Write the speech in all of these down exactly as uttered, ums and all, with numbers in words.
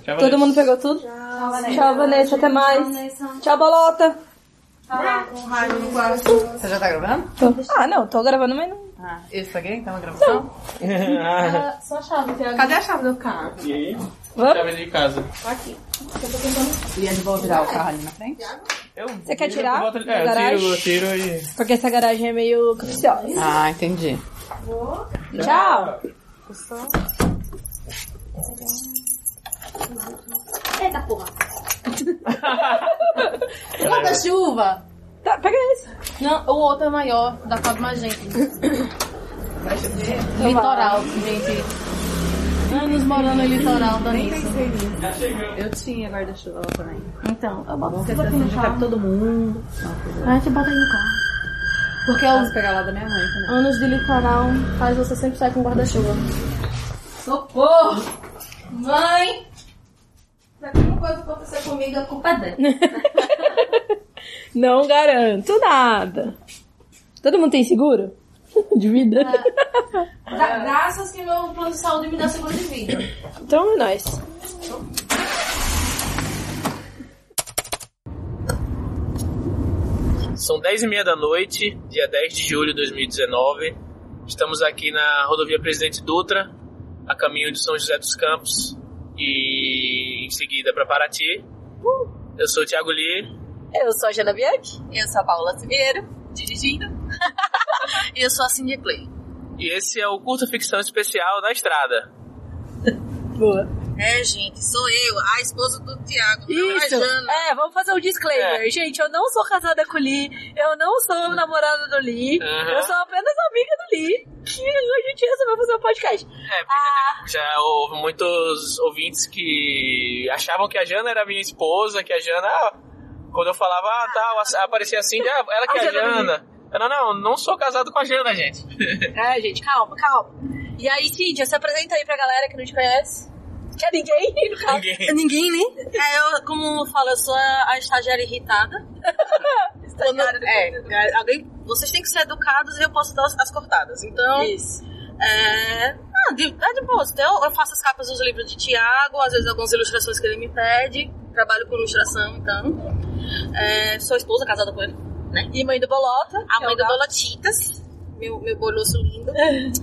Tchau, Todo Vanessa. mundo pegou tudo? Tchau, Vanessa. Tchau, Vanessa. Até mais. Vanessa. Tchau, Bolota. Tá lá com raiva no quarto. Você já tá gravando? Ah, não. Tô gravando, mas não... Ah, eu estraguei então a gravação? Ah, só a chave, Tiago. Cadê a chave do carro? E aí? Vamos? Chave de casa. Aqui. E eles vão virar o carro ali na frente? Eu Você quer tiro, tirar eu boto- da É, eu garagem? tiro, eu tiro e... Porque essa garagem é meio capciosa. Ah, entendi. Tchau. Eita porra. Guarda-chuva! Tá, pega esse. Não, o outro é maior, dá pra mais gente. Vai chover? Litoral, gente. Anos morando no litoral, Danissa. Eu tinha guarda-chuva lá também. Então, eu boto Vamos tudo ver aqui se no já cabe carro. todo mundo. A gente bota aí no carro. Porque Posso os pegar lá da minha mãe também. anos de litoral faz você sempre sair com guarda-chuva. Socorro! Mãe! Se alguma coisa acontecer comigo, a culpa é dela. Não garanto nada. Todo mundo tem seguro? De vida? Gra- Graças que meu plano de saúde me dá seguro de vida. Então é nóis. São dez e meia da noite, dia dez de julho de dois mil e dezenove. Estamos aqui na rodovia Presidente Dutra, a caminho de São José dos Campos e em seguida para Paraty. Eu sou o Thiago Lee. Eu sou a Jana Bianchi. Eu sou a Paula Siviero, dirigindo. E eu sou a Cindy Play. E esse é o Curta Ficção Especial da Estrada. Boa. É, gente, sou eu, a esposa do Thiago. não a Isso. Jana. É, vamos fazer um disclaimer. É. Gente, eu não sou casada com o Lee. Eu não sou namorada do Lee. Uhum. Eu sou apenas amiga do Lee. Que a gente resolveu fazer um podcast. É, porque já, teve- já houve muitos ouvintes que achavam que a Jana era minha esposa, que a Jana, ah, quando eu falava, ah, tal, aparecia assim, ah, ela que é A a Jana Jana. Não, não, não sou casado com a Jana, gente. É, gente, calma, calma. E aí, Cíntia, se apresenta aí pra galera que não te conhece. Que é ninguém, no caso. Ninguém. Ninguém, né? É, eu, como falo, eu sou a, a estagiária irritada. Estagiária do É, alguém, vocês têm que ser educados e eu posso dar as, as cortadas. Então, Isso. é... Ah, de, é de boa. Eu, eu faço as capas dos livros de Tiago, às vezes algumas ilustrações que ele me pede. Trabalho com ilustração, então. É, sou esposa, casada com ele. Né? E mãe do Bolota. A que é mãe o do gato. Bolotitas. Meu, meu boloço lindo.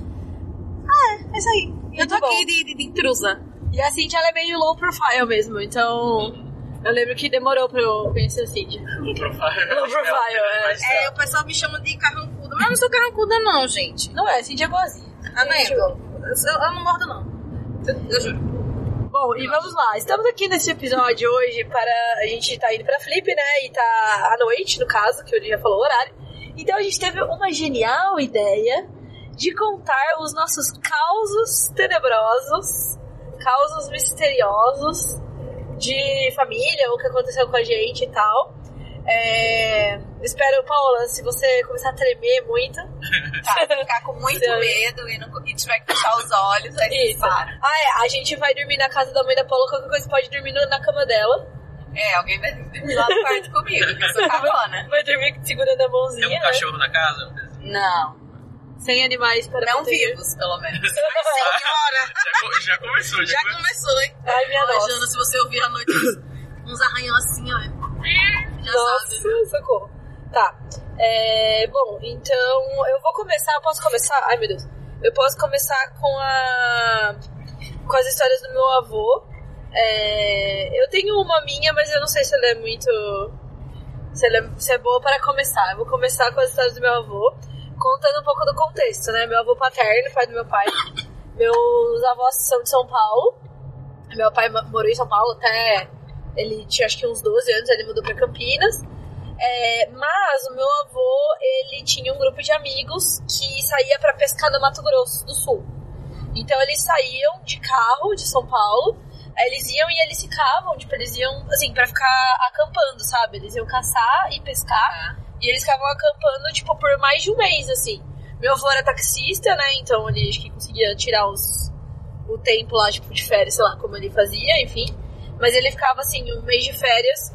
Ah, é isso aí. Eu tô Muito bom. aqui de, de, de intrusa. E a Cíntia, ela é meio low profile mesmo, então... Eu lembro que demorou pra eu conhecer a Cíntia. Low profile. Low profile, é. É, o pessoal me chama de carrancuda. Mas eu não sou carrancuda não, gente. Não é, a Cíntia é boazinha. Tá vendo? Eu, eu não mordo não. Eu, eu juro. Bom, e vamos lá. Estamos aqui nesse episódio hoje para... A gente tá indo pra Flip, né? E tá à noite, no caso, que o dia falou o horário. Então a gente teve uma genial ideia de contar os nossos causos tenebrosos, causos misteriosos de família, o que aconteceu com a gente e tal. É... Espero, Paola, se você começar a tremer muito... Tá, ficar com muito Então- medo e, não, e tiver que fechar os olhos, aí Isso. para. Ah, é, a gente vai dormir na casa da mãe da Paola, qualquer coisa pode dormir no- na cama dela. É, alguém vai dormir lá no quarto comigo, que eu sou cafona. Vai dormir segurando a mãozinha, Tem um né? cachorro na casa? Não, Sem animais para não proteger. vivos, pelo menos. Senhora, Já, co- já começou, já, já começou. começou, hein? Ai, minha Ai, nossa. Jana, se você ouvir à noite uns arranhão assim, ó. Já Nossa, sabe. socorro. Tá. É, bom, então eu vou começar. Eu posso começar? Ai, meu Deus. Eu posso começar com a com as histórias do meu avô. É, eu tenho uma minha, mas eu não sei se ela é muito se ela é, se é boa para começar. Eu vou começar com as histórias do meu avô, contando um pouco do contexto, né? Meu avô paterno, pai do meu pai. Meus avós são de São Paulo. Meu pai morou em São Paulo até... Ele tinha acho que uns doze anos, ele mudou pra Campinas. É, mas o meu avô, ele tinha um grupo de amigos que saía pra pescar no Mato Grosso do Sul. Então eles saíam de carro de São Paulo, aí eles iam e eles ficavam, tipo, eles iam, assim, pra ficar acampando, sabe? Eles iam caçar e pescar, e eles ficavam acampando, tipo, por mais de um mês, assim. Meu avô era taxista, né, então ele acho que conseguia tirar os, o tempo lá, tipo, de férias, sei lá, como ele fazia, enfim. Mas ele ficava, assim, um mês de férias,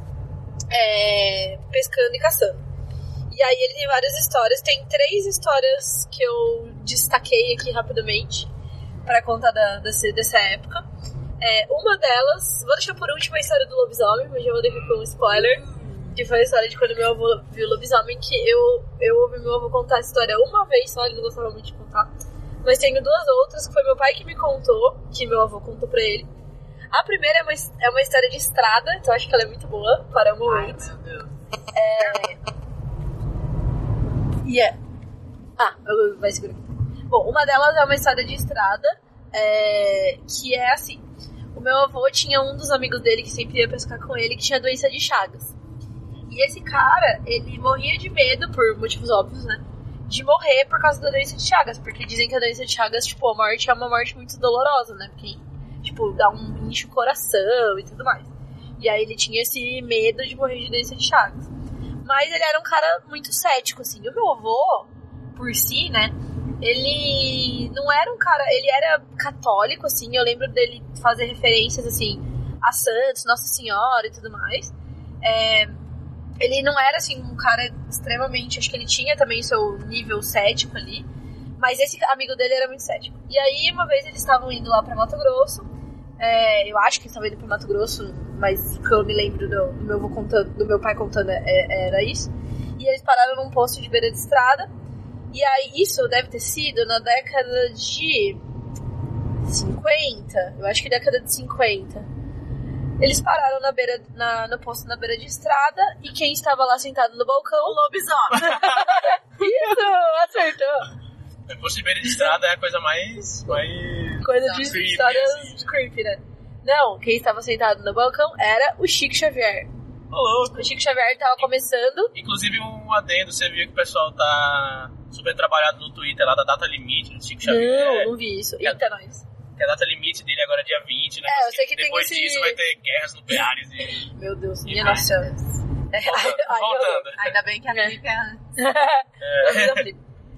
é, pescando e caçando. E aí ele tem várias histórias. Tem três histórias que eu destaquei aqui rapidamente para contar da, desse, dessa época. É, uma delas, vou deixar por último a história do lobisomem, mas já vou deixar com um spoiler. Que foi a história de quando meu avô viu o lobisomem, que eu, eu ouvi meu avô contar a história uma vez só, ele não gostava muito de contar. Mas tenho duas outras, que foi meu pai que me contou, que meu avô contou pra ele. A primeira é uma, é uma história de estrada, então acho que ela é muito boa para o momento. Ai, meu Deus. É... E yeah. é... Ah, eu, vai segurar aqui. Bom, uma delas é uma história de estrada, é... que é assim. O meu avô tinha um dos amigos dele que sempre ia pescar com ele, que tinha doença de Chagas. E esse cara, ele morria de medo, por motivos óbvios, né? De morrer por causa da doença de Chagas. Porque dizem que a doença de Chagas, tipo, a morte é uma morte muito dolorosa, né? Porque, tipo, dá um incha o coração e tudo mais. E aí ele tinha esse medo de morrer de doença de Chagas. Mas ele era um cara muito cético, assim. E o meu avô, por si, né? Ele não era um cara... Ele era católico, assim. Eu lembro dele fazer referências, assim, a santos, Nossa Senhora e tudo mais. É... Ele não era, assim, um cara extremamente... Acho que ele tinha também seu nível cético ali. Mas esse amigo dele era muito cético. E aí, uma vez, eles estavam indo lá pra Mato Grosso. É, eu acho que eles estavam indo pra Mato Grosso, mas o que eu me lembro do, do, meu, avô contando, do meu pai contando é, era isso. E eles pararam num posto de beira de estrada. E aí, isso deve ter sido na década de cinquenta. Eu acho que década de cinquenta. Eles pararam na beira, na, no posto na beira de estrada, e quem estava lá sentado no balcão? O lobisomem. Isso, acertou. O posto de beira de estrada é a coisa mais... mais... Coisa Não, de creepy, histórias assim. creepy, né? Não, quem estava sentado no balcão era o Chico Xavier. Ô, louco. O Chico Xavier estava começando... Inclusive, um adendo, você viu que o pessoal tá super trabalhado no Twitter lá da data limite do Chico Xavier. Não, não vi isso. Eita, nós. Que a data limite dele agora é dia vinte, né? É, eu sei que tem depois esse- disso vai ter guerras nucleares e... Meu Deus, minha E- nossa senhora. É, Voltando, ai, voltando. Ainda bem que a Felipe é... eu fiz a flip.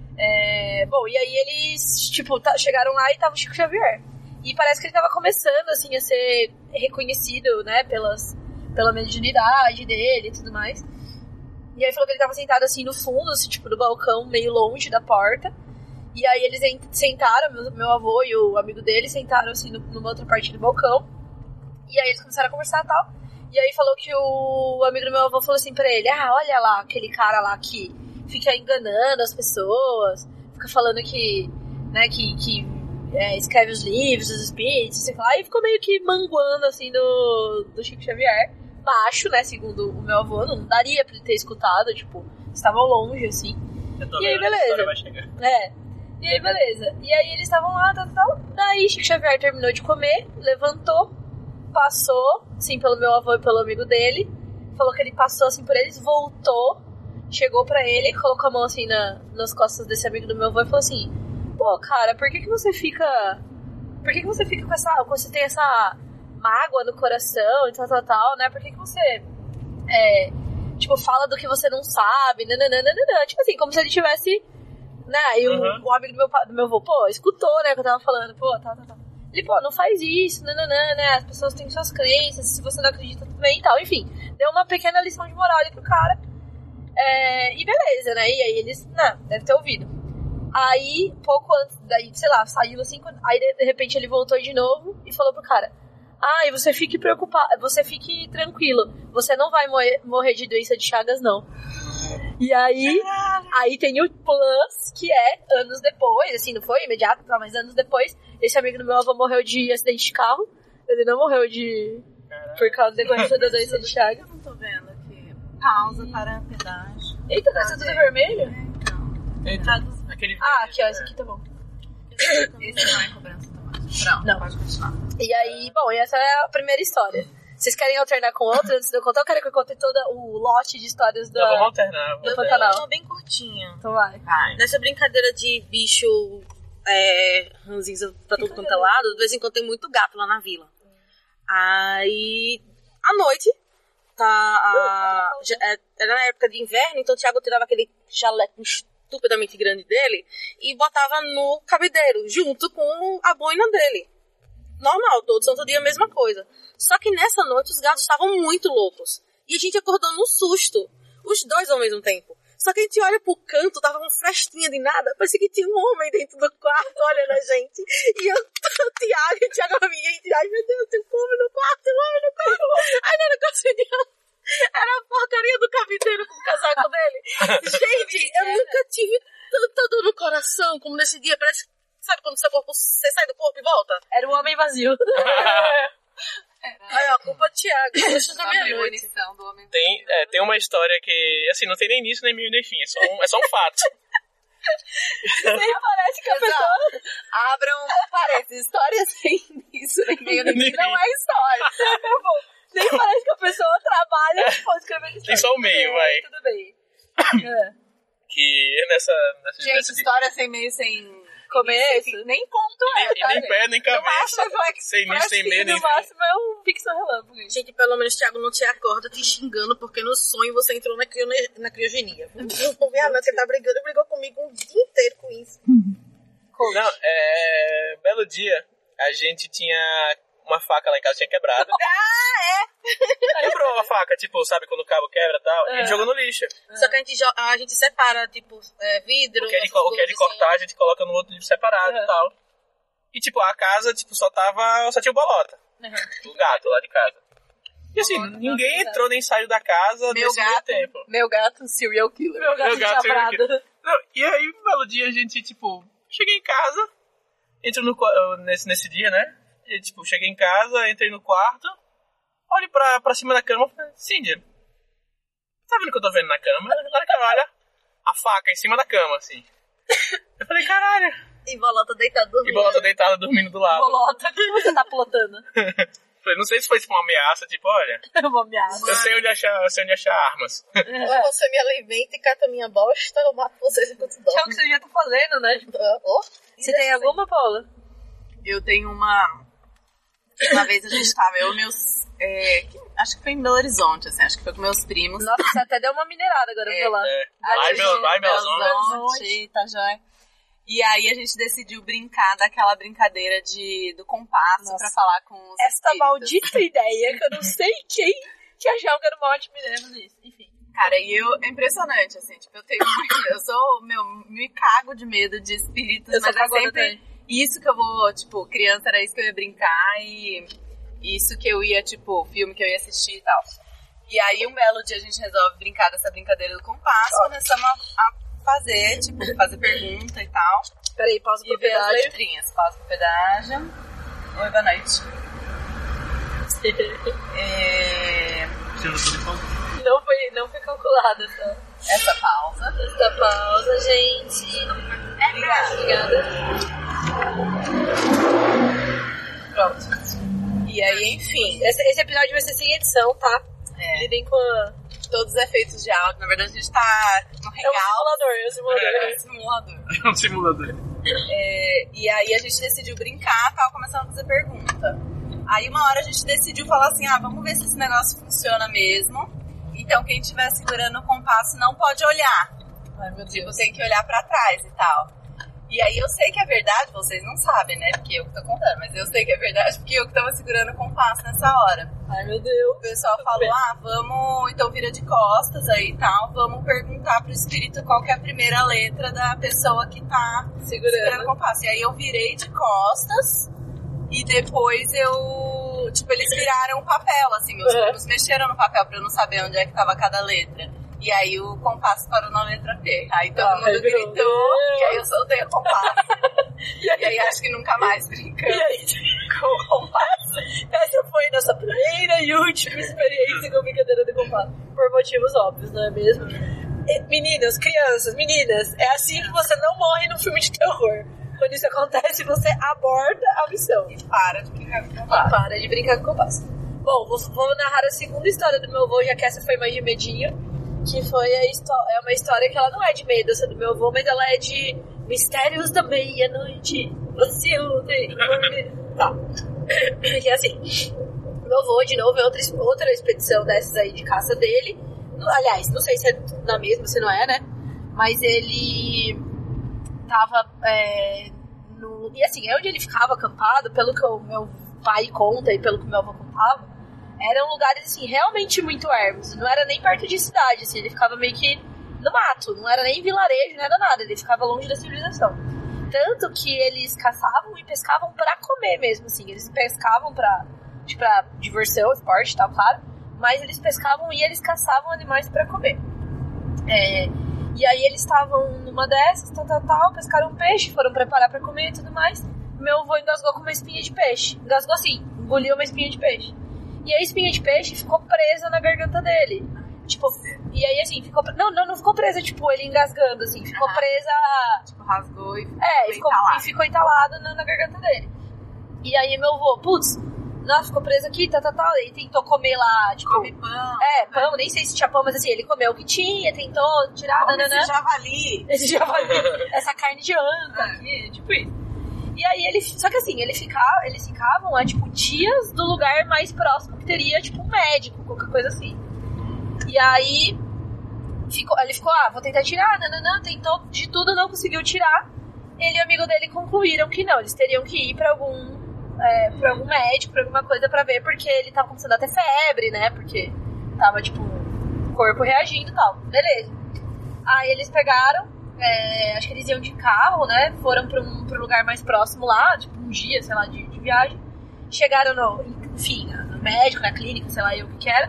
É, bom, e aí eles, tipo, tá- chegaram lá e tava o Chico Xavier. E parece que ele tava começando, assim, a ser reconhecido, né, pelas, pela mediunidade dele e tudo mais. E aí falou que ele tava sentado, assim, no fundo, assim, tipo, no balcão, meio longe da porta. E aí eles ent- sentaram, meu, meu avô e o amigo dele sentaram, assim, no, numa outra parte do balcão. E aí eles começaram a conversar e tal. E aí falou que o amigo do meu avô falou assim pra ele: ah, olha lá, aquele cara lá que fica enganando as pessoas, fica falando que, né, que, que é, escreve os livros, os espíritos, sei lá. E ficou meio que manguando, assim, do, do Chico Xavier. Baixo, né, segundo o meu avô, não daria pra ele ter escutado, tipo, estavam longe, assim. Eu tô E aí, vendo que a beleza. história vai chegar. É. E aí, beleza. E aí eles estavam lá, tal, tal. Daí Chico Xavier terminou de comer, levantou, passou, assim, pelo meu avô e pelo amigo dele. Falou que ele passou, assim, por eles, voltou, chegou pra ele, colocou a mão, assim, na, nas costas desse amigo do meu avô e falou assim: pô, cara, por que que você fica... Por que que você fica com essa... Você tem essa mágoa no coração e tal, tal, tal, né? Por que que você... É, tipo, fala do que você não sabe, nananana. Tipo assim, como se ele tivesse... Né? E o, Uhum. o amigo do meu, pa- do meu avô, pô, escutou, né, que eu tava falando, pô, tá, tá, tá. Ele, pô, não faz isso, nananã, né, as pessoas têm suas crenças, se você não acredita, tudo bem e tal, enfim. Deu uma pequena lição de moral ali pro cara, é, e beleza, né, e aí eles, não, deve ter ouvido. Aí, pouco antes, daí, sei lá, saiu assim, quando, aí de, de repente ele voltou de novo e falou pro cara: ah, e você fique preocupado, você fique tranquilo, você não vai morrer, morrer de doença de Chagas, não. E aí, aí tem o plus, que é anos depois, assim, não foi imediato, tá, mas anos depois, esse amigo do meu avô morreu de acidente de carro. Ele não morreu de... por causa da decorrência da doença de Chagas. Eu não tô vendo aqui. Pausa para pedágio. Eita, tá tudo vermelho? Então, Eita, aquele... Ah, aqui, ó, esse aqui tá bom. esse não é cobrança automática. Pronto, Não. pode continuar. E aí, bom, e essa é a primeira história. Vocês querem alternar com outra antes de eu contar? Eu quero que eu conte todo o lote de histórias da... Não, vamos alternar. do Eu Pantanal. tenho uma bem curtinha. Então vai. Vai. Nessa brincadeira de bicho é, ranzinza pra todo quanto é lado, de vez em quando tem muito gato lá na vila. Aí, à noite, tá, a, já, é, era na época de inverno, então o Thiago tirava aquele jaleco estupidamente grande dele e botava no cabideiro, junto com a boina dele. Normal, todo santo dia a mesma coisa. Só que nessa noite os gatos estavam muito loucos. E a gente acordou num susto. Os dois ao mesmo tempo. Só que a gente olha pro canto, tava uma frestinha de nada, parecia que tinha um homem dentro do quarto olhando a gente. E eu, o Tiago, e o Tiago a minha, e ai meu Deus, tem um homem no quarto, tem um homem no quarto. Aí não era conseguia. Era a porcaria do carpinteiro com o casaco dele. Gente, eu nunca tive tanta dor no coração como nesse dia. Parece, sabe quando seu corpo, você sai do corpo e volta? Era um homem vazio. Aí, ó, culpa do Thiago. Deixa da minha noite. Do homem Tem, é, tem uma história que, assim, não tem nem início, nem meio, nem fim. É só um, é só um fato. Nem parece que a pessoa... Abram parênteses. História sem início, nem meio, nem fim. Não é história. Nem parece que a pessoa trabalha e pode escrever história. Tem só o meio, vai. Tudo bem. É. Que nessa... nessa Gente, nessa história sem meio, sem... Começo. Nem ponto nem, é, tá, nem gente? pé, nem No cabeça. máximo é flex- Sem início, sem meio, nem No fim. máximo é um ficção relâmpago. Gente, pelo menos o Thiago não te acorda te xingando porque no sonho você entrou na, crione... na criogenia. Minha mãe, você tá brigando, brigou comigo um dia inteiro com isso. Não, é... Belo dia, a gente tinha uma faca lá em casa, tinha quebrado. Ah, é? Quebrou a faca, tipo, sabe quando o cabo quebra e tal? É. A gente jogou no lixo. Só que a gente, jo- a gente separa, tipo, é, vidro... O que é de, essas co- o que é de coisas assim. cortar, a gente coloca no outro livro separado Uhum. e tal. E, tipo, a casa, tipo, só tava... Só tinha o Bolota. Uhum. O gato lá de casa. E assim, Bolota, ninguém nossa, entrou nem saiu da casa Meu nesse meio gato, tempo. meu gato, serial killer. Meu gato Meu gato tinha serial brado. Não, e aí, um belo dia, a gente, tipo... Cheguei em casa, entro no... qua- Nesse, nesse dia, né? E, tipo, cheguei em casa, entrei no quarto, olho pra, pra cima da cama e falei, Cindy, tá vendo o que eu tô vendo na cama? Na cama, olha, a faca em cima da cama, assim. Eu falei, caralho. E Bolota deitado E dormindo. Bolota deitada dormindo do lado. Bolota, o que você tá plotando? Falei, não sei se foi tipo uma ameaça, tipo, olha, É uma ameaça. eu sei onde achar, eu sei onde achar armas. Ou você me alimenta e cata minha bosta, eu mato vocês enquanto Que é o dorme. que você já tá fazendo, né? Oh, Você tem alguma, Paula? Eu tenho uma... Uma vez a gente tava, eu e meus... é, que- acho que foi em Belo Horizonte, assim, acho que foi com meus primos. Nossa, você até deu uma minerada agora, É, vou lá. É. A Vai, gente meu, vai, em meu Belo zona. Horizonte, tá joia. E aí a gente decidiu brincar daquela brincadeira de, do compasso Nossa. pra falar com os Esta espíritos. maldita ideia, que eu não sei quem que achava que era uma ótima ideia fazer isso. Enfim. Cara, e eu, é impressionante, assim, tipo, eu tenho muito, eu sou, meu, me cago de medo de espíritos, Eu sou mas é cagona sempre isso que eu vou, tipo, criança era isso que eu ia brincar e isso que eu ia, tipo, filme que eu ia assistir e tal. E aí, um belo dia a gente resolve brincar dessa brincadeira do compasso, começamos a, a fazer, tipo, fazer pergunta e tal. Peraí, pausa pro E ver as pedágio. letrinhas. Pausa pro pedágio. Oi, boa noite. É, Não foi, não foi calculada essa, essa pausa. essa pausa, gente. Obrigada. Obrigada. Pronto. E aí, enfim, Esse, esse episódio vai ser sem edição, tá? é, Lidem com a... todos os efeitos de áudio. Na verdade, a gente tá no É um regal. simulador, é um simulador. É. É um simulador. É um simulador. É, e aí a gente decidiu brincar e tal, começando a fazer pergunta. Aí uma hora a gente decidiu falar assim, ah, vamos ver se esse negócio funciona mesmo. Então quem estiver segurando o compasso não pode olhar. Ai, meu Tipo, Deus. tem que olhar pra trás e tal. E aí eu sei que é verdade, vocês não sabem, né? Porque eu que tô contando, mas eu sei que é verdade porque eu que tava segurando o compasso nessa hora. Ai, meu Deus. O pessoal falou, ah, vamos, então vira de costas aí e tal, vamos perguntar pro espírito qual que é a primeira letra da pessoa que tá segurando o Segurando. compasso. E aí eu virei de costas e depois eu, tipo, eles viraram o papel, assim, meus Uhum. primos mexeram no papel pra eu não saber onde é que tava cada letra. E aí o compasso parou na letra P. Aí todo Ai, mundo meu gritou, Deus. e aí eu soltei o compasso. E aí acho que nunca mais brincamos E aí? com o compasso. Essa foi nossa primeira e última experiência com brincadeira de compasso. Por motivos óbvios, não é mesmo? E, meninas, crianças, meninas, é assim que você não morre num filme de terror. Quando isso acontece, você aborda a missão. E para de brincar com o E compasso. para de brincar com compasso. Bom, vou, vou narrar a segunda história do meu avô, já que essa foi mais de medinho. Que foi a história, é uma história que ela não é de medo, essa do meu avô, mas ela é de mistérios da meia-noite. Você ontem. Tá. Que é assim. Meu avô, de novo, é outra, outra expedição dessas aí de caça dele. Aliás, não sei se é na mesma, se não é, né? Mas ele tava. É, no, e assim, é onde ele ficava acampado, pelo que o meu pai conta e pelo que o meu avô contava. Eram lugares, assim, realmente muito ermos. Não era nem perto de cidade, assim. Ele ficava meio que no mato, não era nem vilarejo, não era nada, ele ficava longe da civilização. Tanto que eles caçavam e pescavam pra comer mesmo, assim, eles pescavam pra, tipo, pra diversão, esporte e tal, claro, mas eles pescavam e eles caçavam animais pra comer. É, e aí eles estavam numa dessas, tal, tal, tal, pescaram um peixe, foram preparar pra comer e tudo mais. Meu avô engasgou com uma espinha de peixe, engasgou assim, engoliu uma espinha de peixe. E a espinha de peixe ficou presa na garganta dele. Tipo, e aí assim, ficou... Não, não, não ficou presa, tipo, ele engasgando, assim. Ficou ah, presa... Tipo, rasgou e ficou É, e ficou, entalado. E ficou entalado na, na garganta dele. E aí meu avô, putz, nossa, ficou preso aqui, tá, tá, tá. Ele tentou comer lá, tipo... Come pão. É, pão, né? Nem sei se tinha pão, mas assim, ele comeu o que tinha, tentou tirar... Come nananã. esse javali. Esse javali. Essa carne de anta É. aqui, tipo isso. E aí ele, só que assim, ele ficava, eles ficavam a, tipo, dias do lugar mais próximo que teria, tipo, um médico, qualquer coisa assim. E aí, ficou, ele ficou, ah, vou tentar tirar, nananã, tentou de tudo, não conseguiu tirar. Ele e o amigo dele concluíram que não, eles teriam que ir pra algum, é, pra algum médico, pra alguma coisa pra ver, porque ele tava começando a ter febre, né, porque tava, tipo, o corpo reagindo e tal, beleza. Aí eles pegaram, É, acho que eles iam de carro, né? Foram pra um, pra um lugar mais próximo lá, tipo um dia, sei lá, de, de viagem. Chegaram no, enfim, no médico, na clínica, sei lá eu o que que era.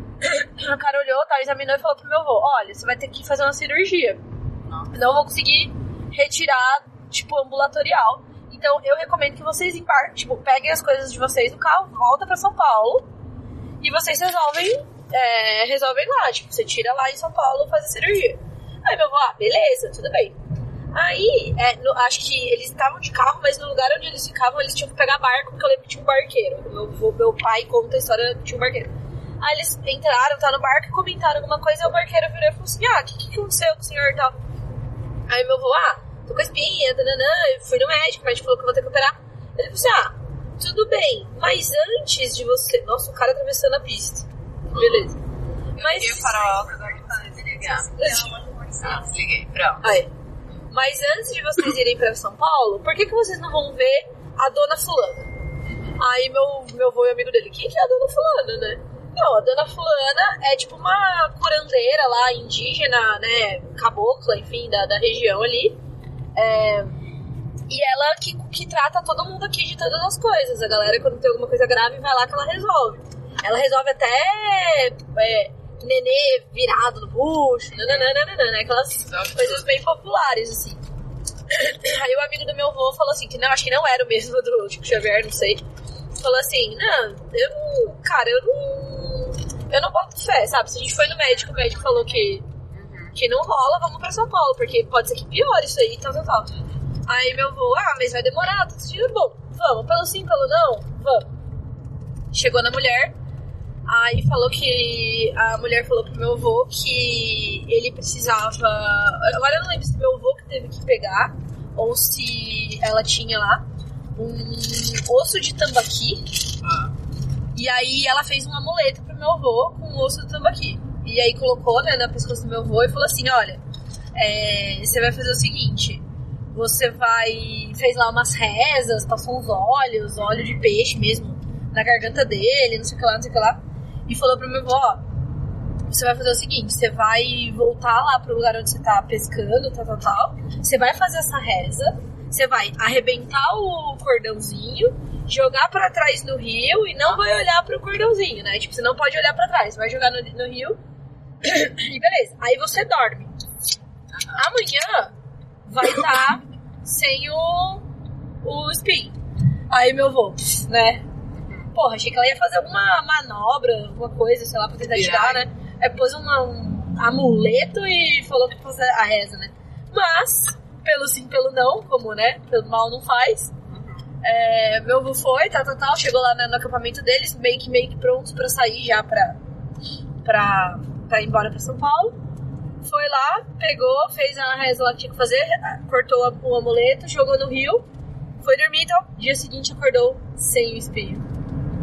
O cara olhou, tá, examinou e falou pro meu avô: olha, você vai ter que fazer uma cirurgia. Não vou conseguir retirar, tipo, ambulatorial. Então eu recomendo que vocês embarquem, tipo, peguem as coisas de vocês no carro, volta pra São Paulo e vocês resolvem, é, resolvem lá. Tipo, você tira lá em São Paulo e faz a cirurgia. Aí meu avô, ah, beleza, tudo bem. Aí, é, no, acho que eles estavam de carro, mas no lugar onde eles ficavam, eles tinham que pegar barco, porque eu lembro que tinha um barqueiro. Meu, avô, meu pai conta a história que tinha um barqueiro. Aí eles entraram, tá no barco, e comentaram alguma coisa, e o barqueiro virou e falou assim, ah, o que, que aconteceu com o senhor e tal? Aí meu avô, ah, tô com a espinha, tananã, eu fui no médico, o médico falou que eu vou ter que operar. Ele falou assim, ah, tudo bem, mas antes de você... Nossa, o cara atravessando a pista. Beleza. Mas... E o farol agora tá desligado. Ah, desliguei, pronto. Aí. Mas antes de vocês irem pra São Paulo, por que, que vocês não vão ver a dona fulana? Aí meu, meu avô e amigo dele, quem que é a dona fulana, né? Não, a dona fulana é tipo uma curandeira lá, indígena, né, cabocla, enfim, da, da região ali. É, e ela que, que trata todo mundo aqui de todas as coisas. A galera, quando tem alguma coisa grave, vai lá que ela resolve. Ela resolve até... É, nenê virado no bucho, nananana, né? Aquelas coisas bem populares, assim. Aí o amigo do meu avô falou assim, que não, acho que não era o mesmo do Chico Xavier, não sei. Falou assim, não, eu não, cara, eu não, eu não boto fé, sabe? Se a gente foi no médico, o médico falou que, que não rola, vamos pra São Paulo, porque pode ser que piore isso aí, tal, tal, tal. Aí meu avô, ah, mas vai demorar, tudo isso, bom, vamos, pelo sim, pelo não, vamos. Chegou na mulher, aí falou que... A mulher falou pro meu avô que ele precisava... Agora eu não lembro se meu avô que teve que pegar ou se ela tinha lá um osso de tambaqui. E aí ela fez um amuleto pro meu avô com o osso de tambaqui. E aí colocou, né, na pescoço do meu avô e falou assim, olha, é, você vai fazer o seguinte, você vai... Fez lá umas rezas, passou uns óleos, óleo de peixe mesmo, na garganta dele, não sei o que lá, não sei o que lá. E falou pro meu avô, ó, você vai fazer o seguinte, você vai voltar lá pro lugar onde você tá pescando, tal, tal, tal. Você vai fazer essa reza, você vai arrebentar o cordãozinho, jogar pra trás no rio e não vai olhar pro cordãozinho, né? Tipo, você não pode olhar pra trás, vai jogar no, no rio e beleza. Aí você dorme. Amanhã vai estar tá sem o, o espinho. Aí meu avô, né? Porra, achei que ela ia fazer alguma manobra, alguma coisa, sei lá, pra tentar tirar, né? Aí pôs uma, um amuleto e falou que ia fazer a reza, né? Mas, pelo sim, pelo não, como, né? Pelo mal não faz. É, meu avô foi, tal, tal, tal, chegou lá no, no acampamento deles, meio que, meio que prontos pra sair já pra, pra, pra ir embora pra São Paulo. Foi lá, pegou, fez a reza lá que tinha que fazer, cortou o amuleto, jogou no rio, foi dormir e tal. Dia seguinte acordou sem o espinho.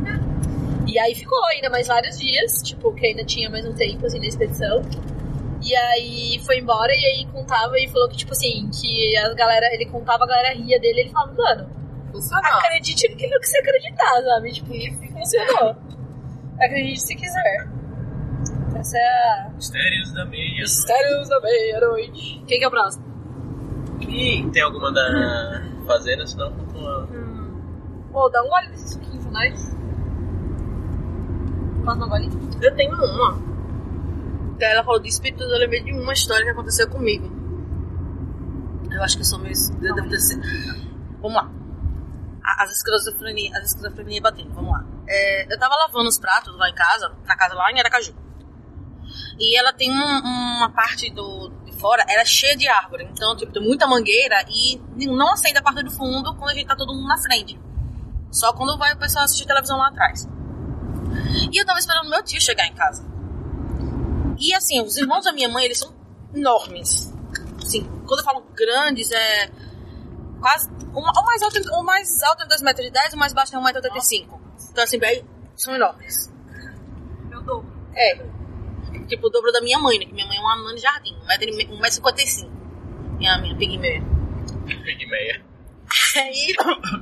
E aí ficou ainda mais vários dias, tipo, que ainda tinha mais um tempo, assim, na expedição. E aí foi embora e aí contava e falou que, tipo assim, que a galera, ele contava, a galera ria dele, ele falava, mano, funcionou. Acredite no que você acreditar, sabe? Tipo, funcionou. Acredite se quiser. Essa é a... Mistérios da Meia. Mistérios da Meia-Noite. Quem que é o próximo? E tem alguma da Fazenda, senão uma... Hum. Pô, dá um gole desse suquinho pra nós. Posso dar um gole? Eu tenho uma. Ela falou de espíritos, eu lembrei de uma história que aconteceu comigo. Eu acho que eu sou meio... Eu devo ter sido... Vamos lá. As esquizofrenias, as esquizofrenias batendo, vamos lá. É, eu tava lavando os pratos lá em casa, na casa lá em Aracaju. E ela tem um, uma parte do, de fora, ela é cheia de árvore. Então, tipo, tem muita mangueira e não acende a parte do fundo quando a gente tá todo mundo na frente. Só quando vai o pessoal assistir televisão lá atrás. E eu tava esperando meu tio chegar em casa. E assim, os irmãos da minha mãe, eles são enormes. Assim, quando eu falo grandes, é quase... O, o, mais alto, o mais alto é dois metros e dez, o mais baixo é um metro e oitenta e cinco. Então, assim, bem, são enormes. Meu dobro. É. Tipo, o dobro da minha mãe, né? Que minha mãe é uma anã de jardim. um metro e cinquenta e cinco. Minha, minha pigmeia. Pigmeia. Aí...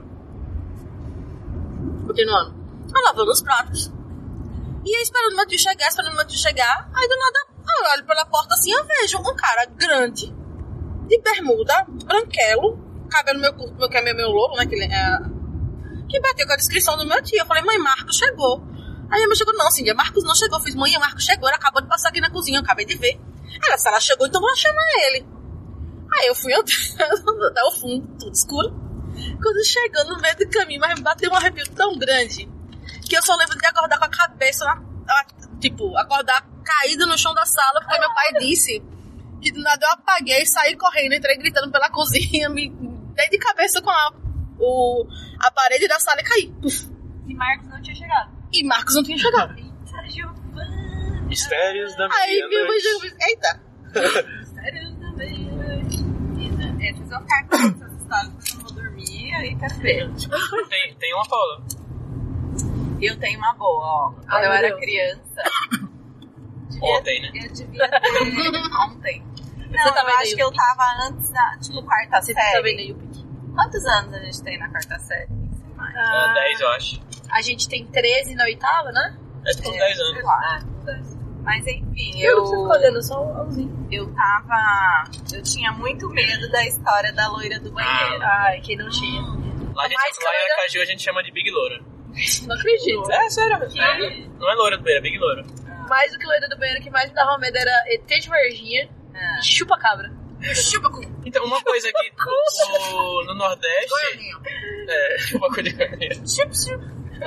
Continuando. Eu lavando os pratos. E aí, esperando meu tio chegar, esperando meu tio chegar. Aí, do nada, eu olho pela porta assim, eu vejo um cara grande, de bermuda, branquelo, cabelo meu curto, meu que é meio, meio louro, né? Que, é, que bateu com a descrição do meu tio. Eu falei, mãe, Marcos chegou. Aí a mãe chegou, não, Cíndia, Marcos não chegou. Eu fiz, mãe, Marcos chegou, ele acabou de passar aqui na cozinha, eu acabei de ver. Ela, se ela chegou, então vou chamar ele. Aí eu fui andando até o fundo, tudo escuro. Quando chegou no meio do caminho, mas me bateu um arrepio tão grande que eu só lembro de acordar com a cabeça, na, a, tipo, acordar caída no chão da sala, porque meu pai disse que do nada eu apaguei, saí correndo, entrei gritando pela cozinha, me dei de cabeça com a, o, a parede da sala e caí. Puf. E Marcos não tinha chegado. E Marcos não tinha chegado. Eita, Giovana. Mistérios da Aí minha mãe Meia-Noite. já... Eita. Mistérios da Meia-Noite. É, vocês vão ficar com essas histórias, vocês não vão dormir, aí tá feio. Tem, tem uma, Paula? Eu tenho uma boa, ó. Quando Ai, eu meu era Deus. criança... Ontem, né? Eu devia ter... Ontem. Não, Você tá eu vendo acho aí que o eu tava antes da, tipo, quarta Você série. tá vendo aí o pique? Quantos anos a gente tem na quarta série? Nem sei mais. Ah, dez, eu acho. A gente tem treze na oitava, né? É tipo uns É, dez sei anos. lá. Ah, Mas enfim, eu eu... não preciso ficar olhando, só o alzinho. Eu tava... Eu tinha muito medo da história da loira do banheiro. Ai, quem não tinha. Lá, a gente, Mais lá em câmera. Aracaju a gente chama de Big Loura. Não acredito. É sério. É, não é loura do banheiro, é Big Loura. Mais do que loira do banheiro, o que mais me dava medo era E T de Varginha Ah. e chupa-cabra. Chupa com... Então, uma coisa aqui no, no Nordeste... É, uma coisa de... Chupa, chupa.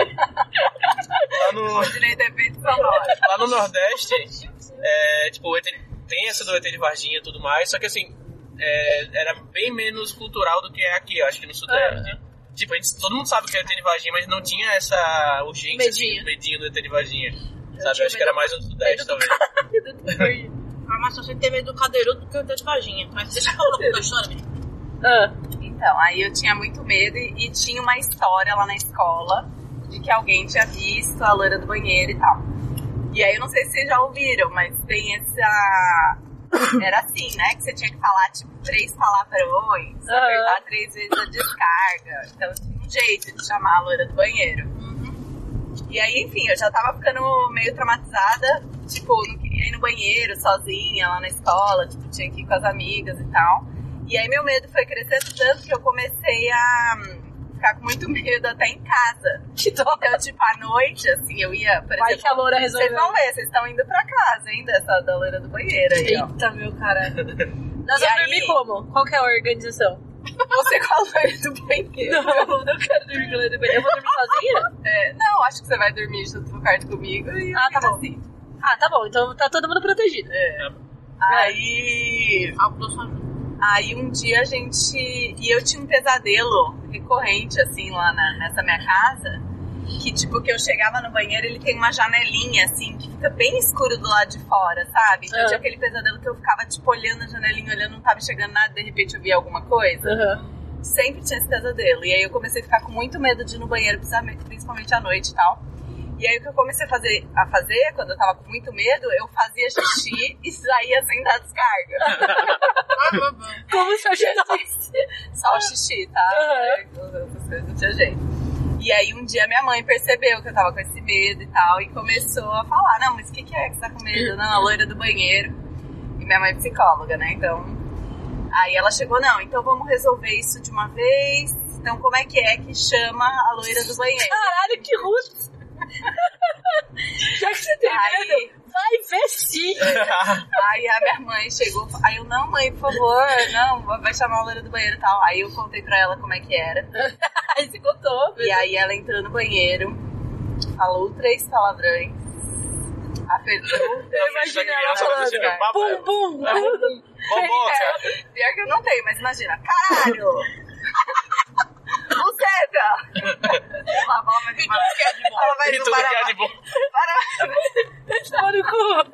Lá no, Direito é feito sonoro. lá no Nordeste, é, tipo, o E T tem essa do E T de Varginha e tudo mais, só que assim, é, era bem menos cultural do que é aqui, eu acho que no Sudeste. Ah. Tipo, a gente, todo mundo sabe que é o E T de Varginha, mas não tinha essa urgência, Medinho. assim, medinho do E T de Varginha. Sabe, eu tinha acho que era medo- mais no Sudeste, medo do talvez. Ah, mas só você tem medo do cadeirudo do que eu tenho de vaginha. Mas deixa eu falar um pouco da história, menina. Ah, Então, aí eu tinha muito medo e, e tinha uma história lá na escola de que alguém tinha visto a loira do banheiro e tal. E aí eu não sei se vocês já ouviram, mas tem essa... Era assim, né? Que você tinha que falar, tipo, três palavrões, Aham. apertar três vezes a descarga. Então tinha um jeito de chamar a loira do banheiro. E aí, enfim, eu já tava ficando meio traumatizada. Tipo, não queria ir no banheiro sozinha lá na escola. Tipo, tinha que ir com as amigas e tal. E aí meu medo foi crescendo tanto que eu comecei a hum, ficar com muito medo até em casa. que dó. Então, tipo, à noite, assim, eu ia, por Vai exemplo... que a loira Vocês resolveu. vão ver, vocês estão indo pra casa, hein, dessa da loira do banheiro aí, ó. Eita, meu caralho. Nós E vamos aí- dormir como? Qual que é a organização? Você com a loira do banheiro. Não, eu não quero dormir com a loira do banheiro. Eu vou dormir sozinha? É, não, acho que você vai dormir junto no quarto comigo e Ah, tá fica bom. assim. Ah, tá bom. Então tá todo mundo protegido. É. Aí... Autossônia. Aí um dia a gente... E eu tinha um pesadelo recorrente, assim, lá na, nessa minha casa. Que, tipo, que eu chegava no banheiro, ele tem uma janelinha, assim, que fica bem escuro do lado de fora, sabe? Então Ah. tinha aquele pesadelo que eu ficava, tipo, olhando a janelinha, olhando, não tava enxergando nada, de repente eu via alguma coisa. Aham. Sempre tinha esse pesadelo. E aí eu comecei a ficar com muito medo de ir no banheiro, principalmente- principalmente à noite e tal. E aí o que eu comecei a fazer, a fazer, quando eu tava com muito medo, eu fazia xixi e saía sem dar descarga. Como se eu tivesse... Só o xixi, tá? Aham. Essas coisas não tinha jeito. E aí um dia minha mãe percebeu que eu tava com esse medo e tal, e começou a falar, não, mas o que, que é que você tá com medo? Não, a loira do banheiro. E minha mãe é psicóloga, né? Então. Aí ela chegou, não, então vamos resolver isso de uma vez. Então como é que é que chama a loira do banheiro? Caralho, que russo! Já que você tem Aí- medo, vai ver sim! Aí a minha mãe chegou, aí eu, não mãe, por favor, não, vai chamar a loira do banheiro e tal. Aí eu contei pra ela como é que era. Aí você contou. E aí ela entrou no banheiro, falou três palavrões, apertou. Eu imagino ela falando, bum, bum, bum. Boboca. Pior que eu não tenho, mas imagina, caralho! Buceta! Ela vai vir para que é de bom. Ela vai vir Grito para que é de bom. Tava no cu.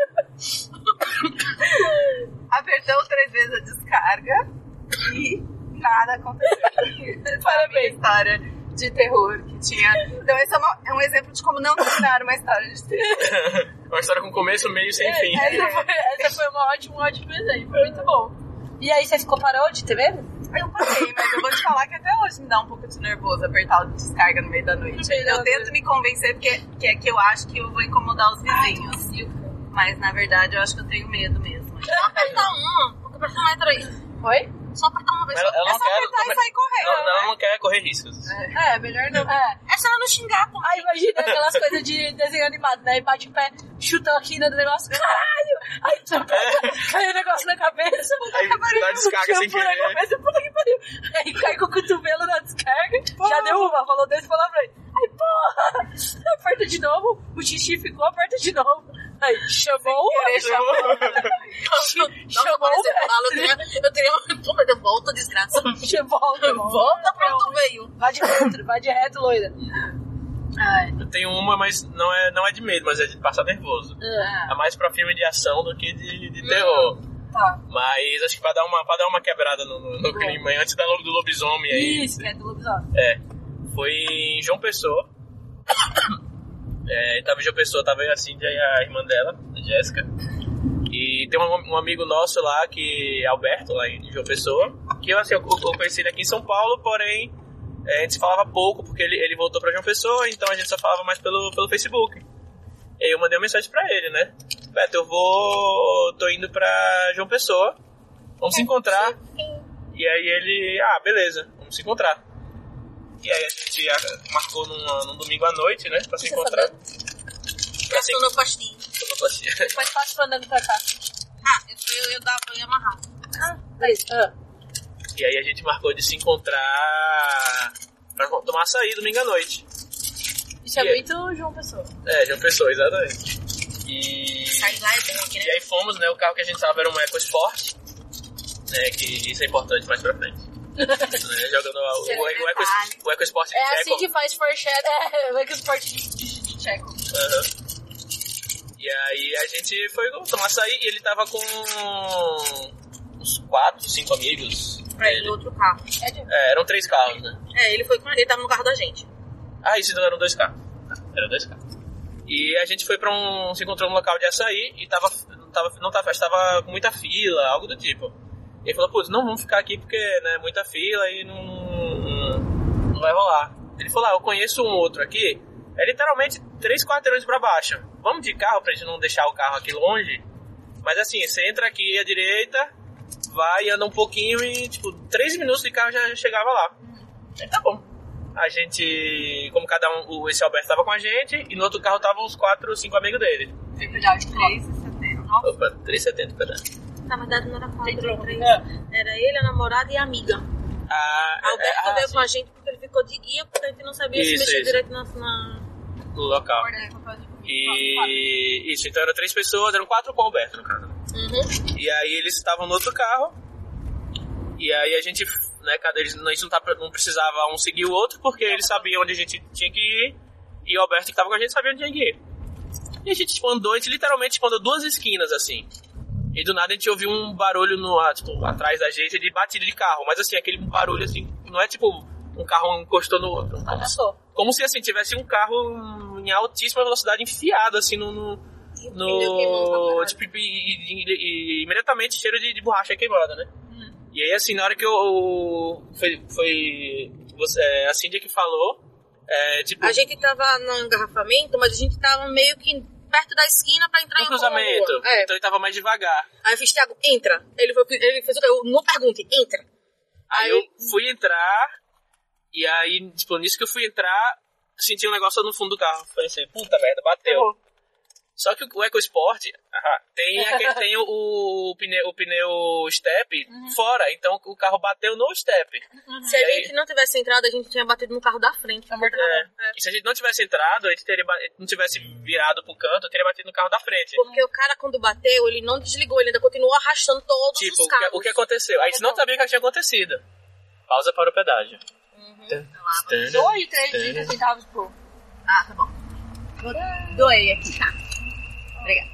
Apertou três vezes a descarga e nada aconteceu. Parabéns. História de terror que tinha. Então, esse é, uma- é um exemplo de como não terminar uma história de terror. Uma história com começo, meio e sem fim. Essa foi, essa foi uma ótima, um ótimo exemplo, foi muito bom. E aí, você ficou parou de ter medo? Eu parei, mas eu vou te falar que até hoje me dá um pouco de nervoso apertar o descarga no meio da noite. No meio da Eu noite. tento me convencer porque que é que eu acho que eu vou incomodar os vizinhos. Mas na verdade eu acho que eu tenho medo mesmo. Só apertar uma, porque apertar uma entra aí. Oi? Só apertar uma vez. Ela, ela É não só quer, apertar e sair correndo. ela, ela não quer correr riscos. É, melhor não. É. É só ela não xingar, pô. Aí imagina aquelas coisas de desenho animado, né? E bate o pé, chuta a quina do negócio, caralho! Aí tu pega, cai o negócio na cabeça, Aí dá descarga sem shampoo na querer. cabeça, puta que pariu. Aí cai com o cotovelo na descarga, já deu uma, falou dois palavrões. Aí, porra! Aperta de novo, o xixi ficou, aperta de novo. Aí, chamou, chamou, Nossa, parece que eu falo, eu teria, eu teria, pô, mas eu volto, desgraça. chamou, chamou. Volta pra onde tu veio. Vai de reto, vai de reto, loira. Ai. Eu tenho uma, mas não é, não é de medo, mas é de passar nervoso. Ah, É mais pra filme de ação do que de, de terror. tá. Mas acho que pra dar uma, pra dar uma quebrada no, no, no clima, antes da lobo do lobisomem aí. Isso, que é do lobisomem. É. Foi em João Pessoa. É, tava em João Pessoa, tava eu, a Cindy e a irmã dela, a Jéssica. E tem um, um amigo nosso lá, que é Alberto, lá em João Pessoa, que eu, assim, eu, eu conheci ele aqui em São Paulo, porém é, a gente se falava pouco, porque ele, ele voltou pra João Pessoa, então a gente só falava mais pelo, pelo Facebook. E aí eu mandei uma mensagem pra ele, né? Beto, eu vou... tô indo pra João Pessoa, vamos se encontrar. E aí ele, ah, beleza, vamos se encontrar. E aí a gente ah, marcou num, num domingo à noite, né, pra se Você encontrar. sabia? Pra se Eu tô no pastinho. encontrar. Mas fácil andando pra cá. Ah, eu, eu, eu dava, eu ia amarrar. Ah, beleza. Ah. E aí a gente marcou de se encontrar pra tomar açaí domingo à noite. Isso é E aí? muito João Pessoa. É, João Pessoa, exatamente. E... Sai lá é bem aqui, E né? aí fomos, né, o carro que a gente tava era um EcoSport, né, que isso é importante mais pra frente. né, jogando o, o, o, Eco, o EcoSport de É Tcheco. assim que faz foreshadow. É, o EcoSport de, de, de Tcheco. Aham. E aí a gente foi tomar açaí e ele tava com uns quatro, cinco amigos. Pra ir dele. em outro carro. É de... É, eram três carros, né? É, ele foi com ele tava no carro da gente. Ah, isso então eram dois carros. Tá, eram dois carros. E a gente foi pra um... se encontrou num local de açaí e tava... não tava, não tava, tava com muita fila, algo do tipo. E ele falou, putz, não vamos ficar aqui porque, né, muita fila e não... não, não vai rolar. Ele falou, ah, eu conheço um outro aqui, é literalmente três quarteirões pra baixo. Vamos de carro pra gente não deixar o carro aqui longe? Mas assim, você entra aqui à direita, vai, anda um pouquinho e, tipo, três minutos de carro já chegava lá. Aí tá bom. A gente, como cada um, o- esse Alberto tava com a gente, e no outro carro estavam os quatro, cinco amigos dele. Tem cuidado de três e setenta. Opa, três e setenta, perdão. Na verdade não era quatro, Tem era troco. três. É. Era ele, a namorada e a amiga. Ah, A Alberto é, ah, veio sim, com a gente porque ele ficou de guia, porque a gente não sabia Isso, se mexer isso. direito na... na... no local. E isso, então eram três pessoas, eram quatro com o Alberto, no caso. Uhum. E aí eles estavam no outro carro. E aí a gente, né, cada eles, a gente não, tá, não precisava um seguir o outro, porque eles sabiam onde a gente tinha que ir. E o Alberto que tava com a gente sabia onde tinha que ir. E a gente tipo, andou, a gente literalmente tipo, andou duas esquinas assim. E do nada a gente ouviu um barulho no, ah, tipo, atrás da gente de batida de carro. Mas assim, aquele barulho assim, não é tipo um carro encostou no outro. Passou. Como se assim, tivesse um carro em altíssima velocidade enfiado assim no. no pneu queimando pra no caralho. tipo, e, e- e- e imediatamente cheiro de, de borracha queimada, né? E aí assim, na hora que eu. Foi. foi você, é, a Cindy que falou. É, tipo... A gente tava no engarrafamento, mas a gente tava meio que perto da esquina pra entrar no em cruzamento. alguma rua. É. Então ele tava mais devagar. Aí eu fiz, Thiago, entra. Ele, foi, ele fez o que? Eu não pergunte, entra. Aí, aí eu fui entrar, e aí, tipo, nisso que eu fui entrar, senti um negócio no fundo do carro. Falei assim, puta merda, bateu. Uhum. Só que o EcoSport uh-huh, tem, aquele, tem o, o, pneu, o pneu step uhum. fora, então o carro bateu no step. Uhum. Se a gente aí, não tivesse entrado, a gente tinha batido no carro da frente. É. É. E se a gente não tivesse entrado, a gente teria, não tivesse virado pro canto, teria batido no carro da frente. Porque o cara, quando bateu, ele não desligou, ele ainda continuou arrastando todos tipo, os carros. O que, o que aconteceu? A gente não sabia o que tinha acontecido. Pausa para o pedágio. Uhum. Doe três centavos por... Ah, tá bom. Doei aqui, tá? Obrigada.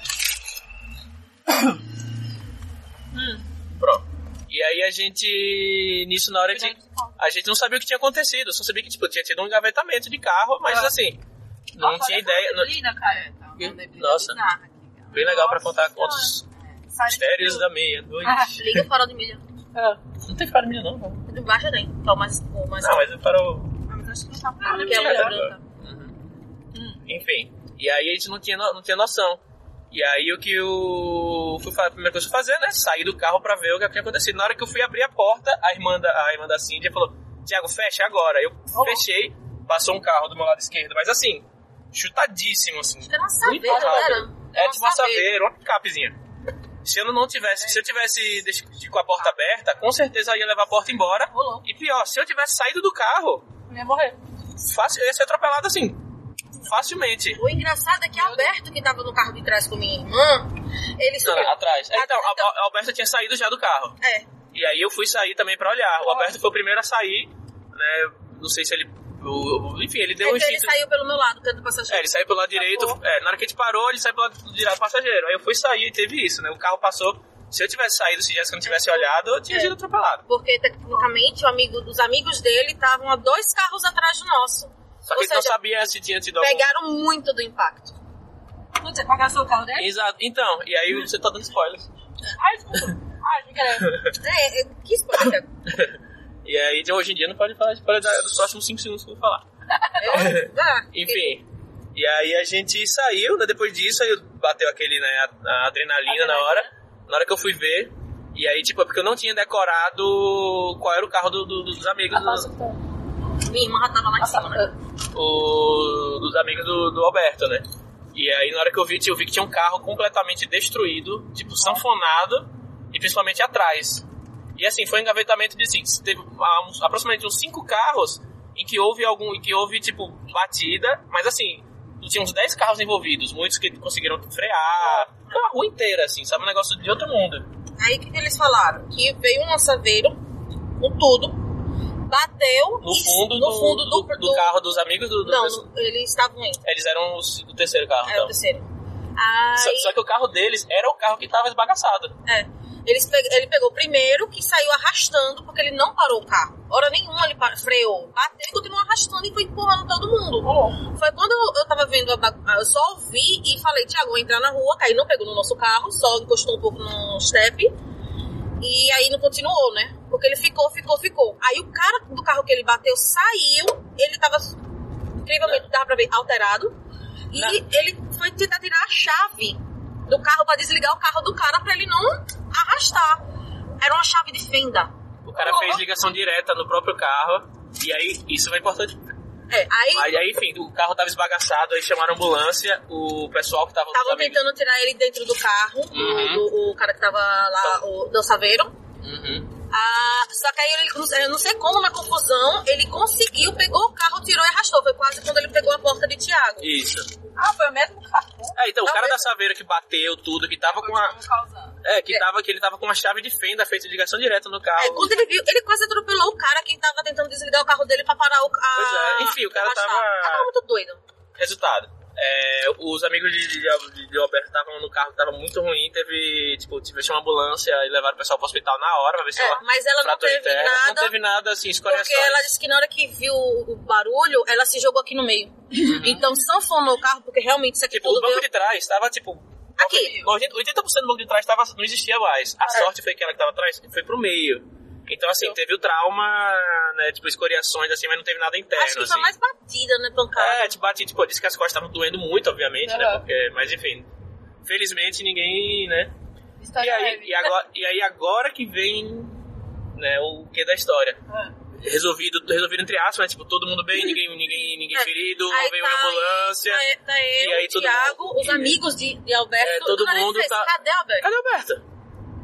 hum. Pronto. E aí a gente, nisso na hora, de, a gente não sabia o que tinha acontecido. Só sabia que tipo, tinha tido um engavetamento de carro, mas assim, não Nossa, tinha ideia. Não... Neblina, cara. Nossa, bem legal pra contar contos mistérios da meia-noite. Ah, liga o farol de milha. É, não tem farol de milha não, não. De baixo tem, então, mas... mas não, mas o farol... Ah, mas acho que não tá falando, porque é luz branca. Uhum. Hum. Enfim. E aí a gente não tinha, não tinha noção. E aí o que eu fui fazer, a primeira coisa que eu fui fazer, né? Sair do carro pra ver o que tinha acontecido. Na hora que eu fui abrir a porta, a irmã da, a irmã da Cíndia falou, Thiago, fecha agora. Eu oh. fechei, passou um carro do meu lado esquerdo, mas assim, chutadíssimo, assim. Acho que era uma saveira, não era? É, tipo uma saveira, uma picapezinha. Se eu não tivesse, se eu tivesse com a porta aberta, com certeza eu ia levar a porta embora. Olô. E pior, se eu tivesse saído do carro, eu ia morrer. Fácil, eu ia ser atropelado assim. Facilmente. O engraçado é que Alberto, que tava no carro de trás com minha irmã, ele subiu. Não, não, atrás. É, então, então, a Alberto tinha saído já do carro. É. E aí eu fui sair também pra olhar. O Alberto foi o primeiro a sair, né? Não sei se ele... O, enfim, ele deu é um instinto... Ele saiu pelo meu lado, canto do passageiro. É, ele saiu pelo lado direito. É, na hora que a gente parou, ele saiu pelo lado direito do passageiro. Aí eu fui sair e teve isso, né? O carro passou... Se eu tivesse saído, se Jéssica não tivesse olhado, eu tinha é. sido atropelado. Porque, tecnicamente, o amigo, os amigos dele estavam a dois carros atrás do nosso. Só que a gente não sabia se tinha tido algum... Pegaram muito do impacto. Putz, pagasse o carro dele? Exato. Então, e aí você tá dando spoilers. Ai, desculpa. Ai, que é, é, que spoiler? E aí, de hoje em dia, não pode falar spoiler dos próximos cinco segundos que eu vou falar. ah, Enfim. E aí a gente saiu, né? Depois disso, aí bateu aquele, né, a, a adrenalina, adrenalina na hora. Na hora que eu fui ver. E aí, tipo, é porque eu não tinha decorado qual era o carro do, do, dos amigos. Do... Minha irmã já tava lá em cima, né? O, dos amigos do, do Alberto, né? E aí, na hora que eu vi, eu vi que tinha um carro completamente destruído, tipo, sanfonado, e principalmente atrás. E assim, foi um engavetamento de assim, teve uns, aproximadamente uns cinco carros em que houve algum, em que houve, tipo, batida, mas assim, tinha uns dez carros envolvidos, muitos que conseguiram frear, foi uma rua inteira, assim, sabe? Um negócio de outro mundo. Aí o que, que eles falaram? Que veio um saveiro com tudo, bateu no fundo, no fundo do, do, do, do carro dos amigos do, do não, no, eles estavam indo. Eles eram os, o terceiro carro. É, então. o terceiro. Aí... Só, só que o carro deles era o carro que estava esbagaçado. É. Eles pe... Ele pegou o primeiro, que saiu arrastando, porque ele não parou o carro. Hora nenhuma ele freou. Bateu e continuou arrastando e foi empurrando todo mundo. Oh. Foi quando eu, eu tava vendo a bag... Eu só ouvi e falei, Thiago, vou entrar na rua. Aí não pegou no nosso carro, só encostou um pouco no step. E aí não continuou, né? Porque ele ficou, ficou, ficou. Aí o cara do carro que ele bateu saiu. Ele tava, incrivelmente, dava pra ver, alterado. E não. Ele foi tentar tirar a chave do carro pra desligar o carro do cara pra ele não arrastar. Era uma chave de fenda. O cara oh. fez ligação direta no próprio carro. E aí, isso é importante. É, aí... aí... Aí, enfim, o carro tava esbagaçado. Aí chamaram a ambulância. O pessoal que tava... Estavam tentando tirar ele dentro do carro. Uhum. do, o cara que tava lá, então... o Dançaveiro. Uhum. Ah, só que aí ele, eu não sei como, na confusão, ele conseguiu, pegou o carro, tirou e arrastou. Foi quase quando ele pegou a porta de Thiago. Isso. Ah, foi o mesmo carro? É, então, não, o cara mesmo... da Saveira que bateu tudo, que tava com a... É, que, é. Tava, que ele tava com uma chave de fenda feita de ligação direta no carro. É, quando ele viu, ele quase atropelou o cara que tava tentando desligar o carro dele pra parar o carro. Pois é, enfim, o cara tava... Tava muito doido. Resultado. É, os amigos de, de, de, de Alberto estavam no carro que tava muito ruim, teve, tipo, tive que chamar uma ambulância e levaram o pessoal pro hospital na hora pra ver se é, ela mas ela não teve interna. nada. Não teve nada, assim, escoriações. Porque ela disse que na hora que viu o barulho, ela se jogou aqui no meio. Uhum. Então sanfonou o carro, porque realmente isso aqui tipo, tudo o banco veio... de trás tava, tipo... Aqui. oitenta por cento do banco de trás tava, não existia mais. A é. sorte foi que ela que tava atrás foi pro meio. Então, assim, teve o trauma, né, tipo, escoriações, assim, mas não teve nada interno, Acho que assim. foi mais batida, né, pancada? É, tipo, bati, tipo, disse que as costas estavam doendo muito, obviamente, Uhum. né, porque, mas enfim, felizmente ninguém, né. E História aí, leve. e, agora, e aí agora que vem, né, o que da história. Ah. Resolvido, resolvido entre aspas, né, tipo, todo mundo bem, ninguém, ninguém, ninguém É, ferido, aí veio tá uma ambulância. Tá, tá eu, E aí todo Thiago, mundo- os amigos de, de Alberto. É, todo o cara mundo fez, tá- Cadê Alberto? Cadê o Alberto?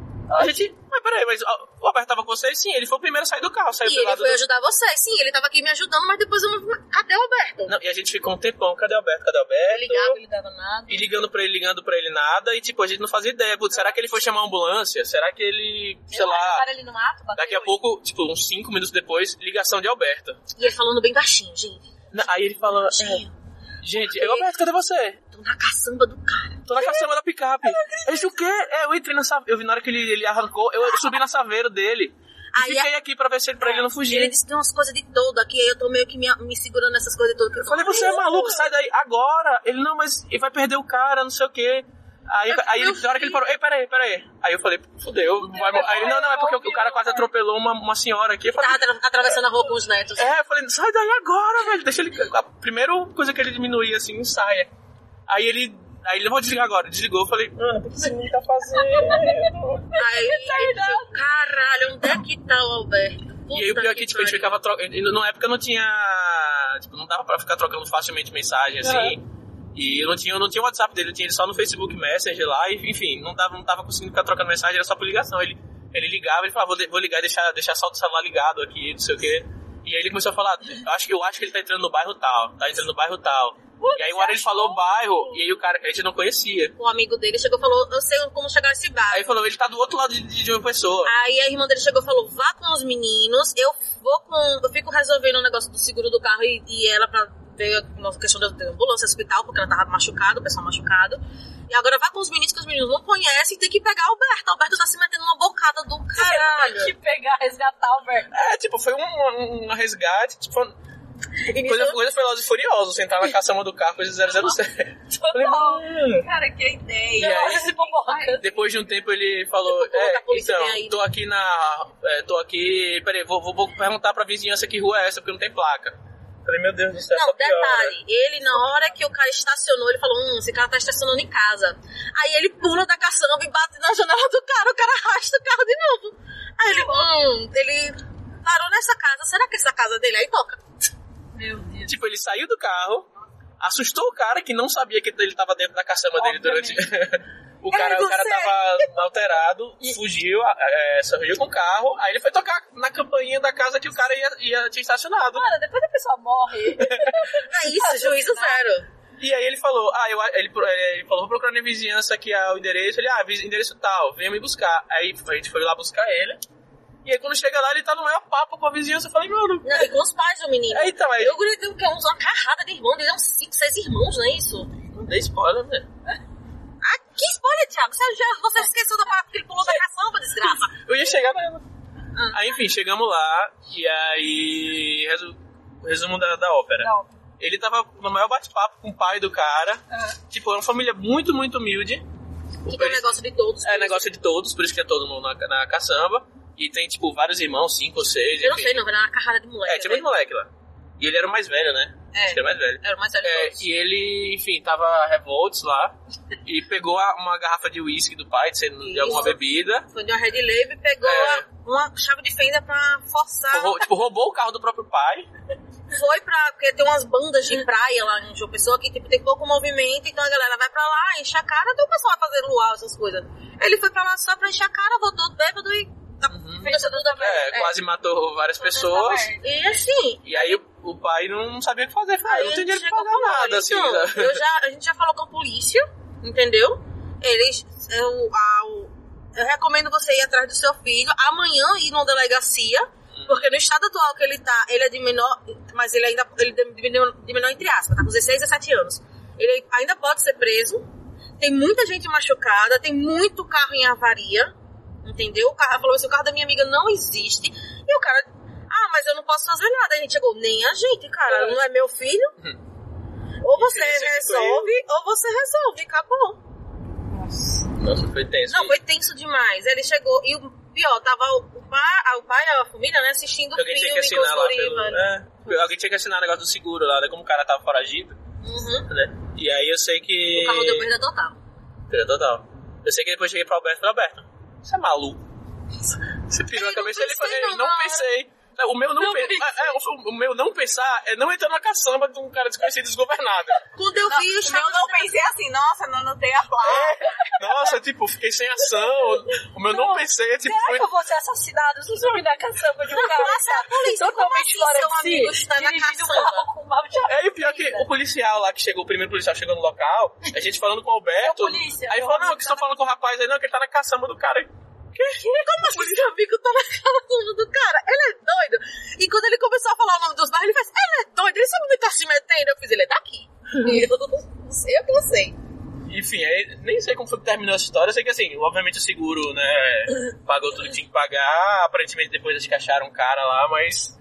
A gente, mas peraí, mas ó, o Alberto tava com vocês? Sim, ele foi o primeiro a sair do carro, saiu E do ele lado foi do... ajudar vocês. Sim, ele tava aqui me ajudando, mas depois eu não... Cadê o Alberto? Não, e a gente ficou um tempão, cadê o Alberto? Cadê o Alberto? Ele ligava, ele dava nada. E ligando pra ele, ligando pra ele nada, e tipo, a gente não fazia ideia. Putz, será que ele foi chamar a ambulância? Será que ele, sei lá, Para ali no mato, bateu daqui a e- pouco, tipo, uns cinco minutos depois, ligação de Alberto. E ele falando bem baixinho, gente. Não, aí ele fala, Baixinho. é, gente, é, Alberto, cadê você? Tô na caçamba do cara. Tô na caçamba da picape. Eu disse, o quê? É, eu entrei na saveira, eu vi na hora que ele, ele arrancou, eu, eu subi na saveira dele. E Aí fiquei aqui pra ver se ele, pra ele não fugir. Ele disse que tem umas coisas de todo aqui, aí eu tô meio que me, me segurando nessas coisas todas. Eu falei, você é maluco, sai daí agora. Ele, não, mas ele vai perder o cara, não sei o quê. Aí, aí ele, na hora que ele parou, ei, peraí, peraí. Aí eu falei, fudeu, vai morrer. Aí ele, não, não, é porque o cara quase atropelou uma, uma senhora aqui. Eu falei, Tava atra- atravessando a rua com os netos. é, eu falei, sai daí agora, velho. Deixa ele. A primeira coisa que ele diminuir, assim, saia. Aí ele. Aí ele, eu vou desligar agora. Desligou, eu falei, mano, o que esse menino tá fazendo? Aí ele disse, caralho, onde é que tá o Alberto? E aí o pior é que, tipo, a gente ficava trocando. Na época não tinha. Tipo, não dava pra ficar trocando facilmente mensagem, assim. E eu não tinha, eu não tinha o WhatsApp dele, eu tinha ele só no Facebook Messenger lá, e enfim, não dava, não tava conseguindo ficar trocando mensagem, era só por ligação. Ele, ele ligava, ele falava, vou, de- vou ligar e deixar, deixar só o celular ligado aqui, não sei o quê. E aí ele começou a falar, eu acho, que- eu acho que ele tá entrando no bairro tal, tá entrando no bairro tal. E aí uma hora ele falou o bairro, e aí o cara, a gente não conhecia. O amigo dele chegou e falou, eu sei como chegar nesse bar. Aí ele falou, ele tá do outro lado de, de uma pessoa. Aí a irmã dele chegou e falou, vá com os meninos, eu vou com. Eu fico resolvendo o negócio do seguro do carro e, e ela pra ver a nossa questão da da ambulância, hospital, porque ela tava machucada, o pessoal machucado. E agora vá com os meninos que os meninos não conhecem e tem que pegar o Alberto. O Alberto tá se metendo numa bocada do caralho. Que pegar, resgatar o Alberto. É, tipo, foi um, um, um resgate, tipo, coisa, coisa foi Velozes e Furiosos, sentar na caçamba do carro, coisa zero zero sete. Falei, mano. Cara, que ideia. E aí, Esse boboca. depois de um tempo ele falou, Depois é, a polícia então, vem aí. tô aqui na, é, tô aqui, peraí, vou, vou, vou perguntar pra vizinhança que rua é essa, porque não tem placa. Falei, meu Deus do céu, Não, só piora. detalhe, ele na hora que o cara estacionou, ele falou, hum, esse cara tá estacionando em casa. Aí ele pula da caçamba e bate na janela do cara, o cara arrasta o carro de novo. Aí ele, hum, ele parou nessa casa, será que essa casa dele? Aí toca. Meu Deus. Tipo, ele saiu do carro, assustou o cara que não sabia que ele tava dentro da caçamba dele durante... O cara, Ai, o cara você- tava alterado, fugiu, é, fugiu com o carro, aí ele foi tocar na campainha da casa que o cara ia, ia tinha estacionado. Mano, depois a pessoa morre. É isso, juízo zero. E aí ele falou, ah, eu, ele, ele falou, vou procurar na vizinhança aqui o endereço. Ele, ah, endereço tal, venha me buscar. Aí a gente foi lá buscar ele. E aí quando chega lá, ele tá no maior papo com a vizinhança. Eu falei, mano... Não, e com os pais do menino. É, então, aí... Eu gritei que é uma carrada de irmãos, ele é uns cinco, seis irmãos, não é isso? Não dei spoiler, né? Ah, que spoiler, Thiago? Você, já, você esqueceu da parte que ele pulou da caçamba, desgraça. Eu ia chegar nela. Aí, enfim, chegamos lá. E aí... Resu... Resumo da, da ópera. Não. Ele tava no maior bate-papo com o pai do cara. Uhum. Tipo, é uma família muito, muito humilde. Que tem um negócio de todos. É negócio de todos, por isso que é todo mundo na, na caçamba. E tem, tipo, vários irmãos, cinco ou seis. Eu não enfim. sei, não, era uma carrada de moleque. É, tinha muito moleque lá. E ele era o mais velho, né? É. Acho que era o mais velho. Era o mais velho de É, todos. e ele, enfim, tava revoltos lá. E pegou a- uma garrafa de uísque do pai, de, ser- de alguma Isso. bebida. Foi de uma Red Label e pegou É. a- uma chave de fenda pra forçar. Rou- tipo, roubou o carro do próprio pai. Foi pra... Porque tem umas bandas de praia lá em João Pessoa que tipo, tem pouco movimento, então a galera vai pra lá, enche a cara, então o pessoal vai fazer luau, essas coisas. Ele foi pra lá só pra encher a cara, voltou bêbado e... Tá, fez tudo a É, quase matou várias pessoas. E assim... E aí o, o pai não sabia o que fazer. Falei, Aí não a tem gente dinheiro pra chegou pagar e falou, nada, assim. então, né? eu já, a gente já falou com a polícia, entendeu? Eles, eu, a, o- eu recomendo você ir atrás do seu filho, amanhã ir numa delegacia, porque no estado atual que ele tá, ele é de menor, mas ele ainda, ele é de menor, de menor entre aspas, tá com dezesseis, dezessete anos. Ele ainda pode ser preso, tem muita gente machucada, tem muito carro em avaria, entendeu? O carro falou assim, o carro da minha amiga não existe, e o cara, ah, mas eu não posso fazer nada. A gente chegou, nem a gente, cara, não é meu filho. Ou você Isso aqui resolve, ou você resolve, acabou. Nossa, foi tenso. Não, foi tenso demais. Ele chegou, e o pior, tava o, o pai, o pai, a família, né, assistindo o Alguém tinha que filme com os assinar lá guri, pelo... velho. É, alguém tinha que assinar o negócio do seguro lá, né? Como o cara tava foragido. Uhum. Né? E aí eu sei que... O carro deu perda total. Perda total. Eu sei que depois cheguei pro Alberto e falei, Alberto, você é maluco? Você pirou a cabeça dele e falei, não, não pensei. O meu não, não pe... é, o, o meu não pensar é não entrar na caçamba de um cara desconhecido desgovernado. Quando eu vi o Não, eu não pensei assim, nossa, não anotei a placa. É, nossa, tipo, fiquei sem ação. O meu não, não pensei é tipo. Será Foi... que eu vou ser assassinado se eu subir na caçamba de um cara? Nossa, polícia, totalmente fora de si, amigo está na dirigindo um caçamba. carro com mal de É, e o pior é que o policial lá que chegou, o primeiro policial chegou no local, a gente falando com o Alberto. É polícia, aí falou, não, que estão falando com o rapaz aí, não, que ele tá na caçamba do cara. Que? Como assim seu amigo tá na caçamba do cara? Ele é doido. E quando ele começou a falar o nome dos bairros, ele fez, ele é doido, ele sabe onde tá se metendo. Eu fiz, ele é daqui. Eu não sei o que eu sei. Enfim, aí, nem sei como foi que terminou essa história. Eu sei que, assim, obviamente o seguro, né, pagou tudo que tinha que pagar. Aparentemente depois acho que acharam um cara lá, mas...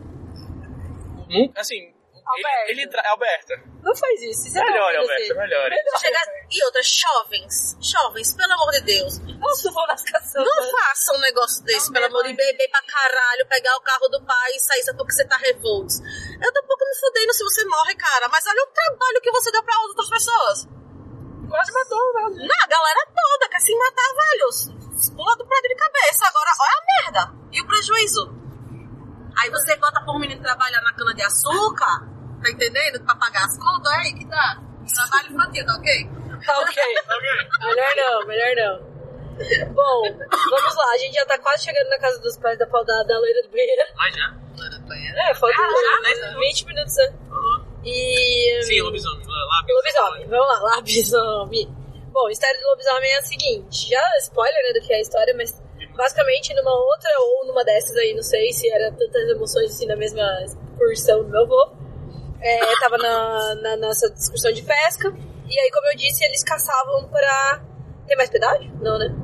Assim, Alberto. ele... ele tra... Alberta. Não faz isso. Isso é Melhore, rápido, Alberta, assim. melhore. Chega... E outras, jovens, jovens, pelo amor de Deus. Não subam nas caçambas. Não faça um negócio desse, Não, pelo amor de mãe. beber pra caralho, pegar o carro do pai e sair só porque você tá revolto. Eu tô um pouco me fudendo se você morre, cara, mas olha o trabalho que você deu pra outras pessoas. Quase matou, velho. Não, a galera toda quer se matar, velho. Pula do prédio de cabeça. Agora, olha a merda. E o prejuízo? Aí você bota por menino trabalhar na cana de açúcar, tá entendendo? Pra pagar as contas, aí que dá. Trabalho infantil, tá ok? Tá ok. Melhor não, melhor não. Bom, vamos lá. A gente já tá quase chegando na casa dos pais da, da, da loira do banheiro. Mas já? É, falta Caralho, vinte minutos, né? E... Sim, lobisomem. Lábio. Lobisomem, vamos lá, lobisomem. Bom, a história do lobisomem é a seguinte. Já spoiler, né, do que é a história, mas basicamente numa outra ou numa dessas aí, não sei se era tantas emoções assim na mesma excursão do meu avô. É, tava na, na nossa excursão de pesca. E aí, como eu disse, eles caçavam pra... Tem mais pedágio? Não, né?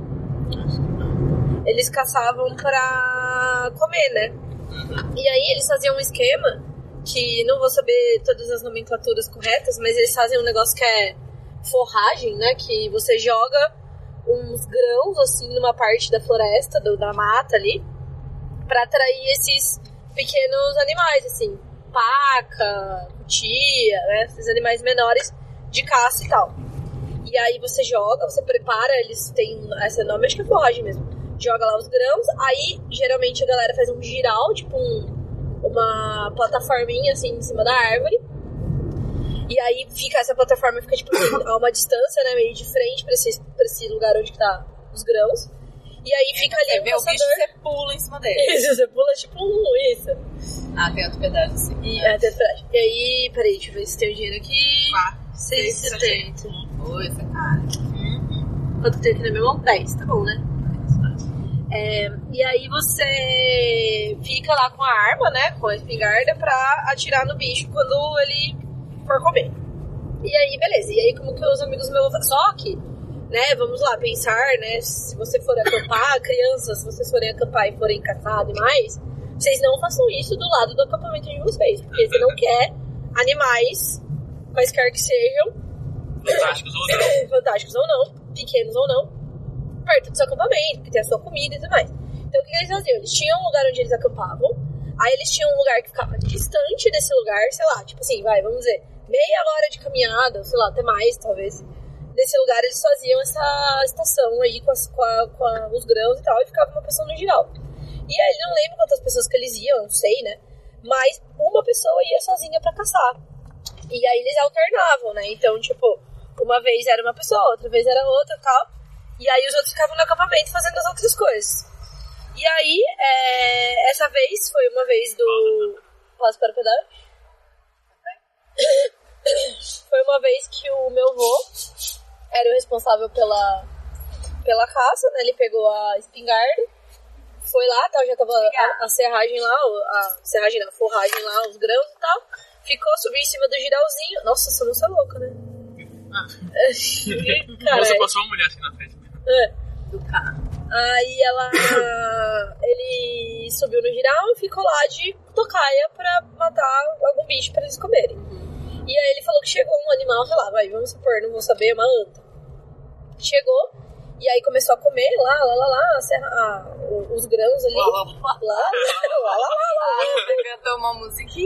Eles caçavam pra comer, né? E aí eles faziam um esquema que não vou saber todas as nomenclaturas corretas, mas eles fazem um negócio que é forragem, né? Que você joga uns grãos, assim, numa parte da floresta, do, da mata ali, pra atrair esses pequenos animais, assim, paca, cutia, né? Esses animais menores de caça e tal. E aí você joga, você prepara, eles têm esse nome, acho que é forragem mesmo. Joga lá os grãos, aí geralmente a galera faz um giral, tipo um, uma plataforminha assim em cima da árvore. E aí fica, essa plataforma fica tipo assim, a uma distância, né, meio de frente pra esse, pra esse lugar onde que tá os grãos. E aí fica ali o vê o bicho, caçador. você pula em cima dele. Isso, você pula tipo um, isso. Ah, tem outro pedaço assim. E, é, tem verdade. E aí, peraí, deixa eu ver se tem o dinheiro aqui. Quatro. seis e setenta. Coisa, cara. Quanto tem aqui na minha mão? dez, tá bom, né? É, e aí você fica lá com a arma, né? Com a espingarda pra atirar no bicho quando ele for comer. E aí, beleza. E aí, como que os amigos meus vão fazer? Só que, né, vamos lá, pensar, né? Se você for acampar, crianças, se vocês forem acampar e forem caçar animais, vocês não façam isso do lado do acampamento de vocês. Porque você não quer animais, quaisquer que sejam, Fantásticos ou não. fantásticos ou não, pequenos ou não, perto do seu acampamento, porque tem a sua comida e tudo mais. Então o que eles faziam? Eles tinham um lugar onde eles acampavam, aí eles tinham um lugar que ficava distante desse lugar, sei lá, tipo assim, vai, vamos dizer, meia hora de caminhada, sei lá, até mais, talvez. Desse lugar eles faziam essa estação aí com, as, com, a, com a, os grãos e tal, e ficava uma pessoa no geral. E aí não lembro quantas pessoas que eles iam, não sei, né? Mas uma pessoa ia sozinha pra caçar. E aí eles alternavam, né? Então, tipo, uma vez era uma pessoa, outra vez era outra e tal. E aí os outros ficavam no acampamento fazendo as outras coisas. E aí, é, essa vez foi uma vez do... Posso para o pedaço? Foi uma vez que o meu avô era o responsável pela, pela caça, né? Ele pegou a espingarda, foi lá, tal, já tava a, a serragem lá, a serragem não, a forragem lá, os grãos e tal. Ficou, subiu em cima do giralzinho. Nossa, essa moça é louca, né? Ah. Você passou uma mulher assim na frente. É. Do carro. Aí ela... ele subiu no giral e ficou lá de tocaia pra matar algum bicho pra eles comerem. Uhum. E aí ele falou que chegou um animal, sei lá, vai, vamos supor, não vou saber, uma anta. Chegou, E aí começou a comer lá, lá, lá, lá, serra, ah, os grãos ali. Lá, lá, lá, lá, lá, lá, lá, lá. Você cantou uma musiquinha.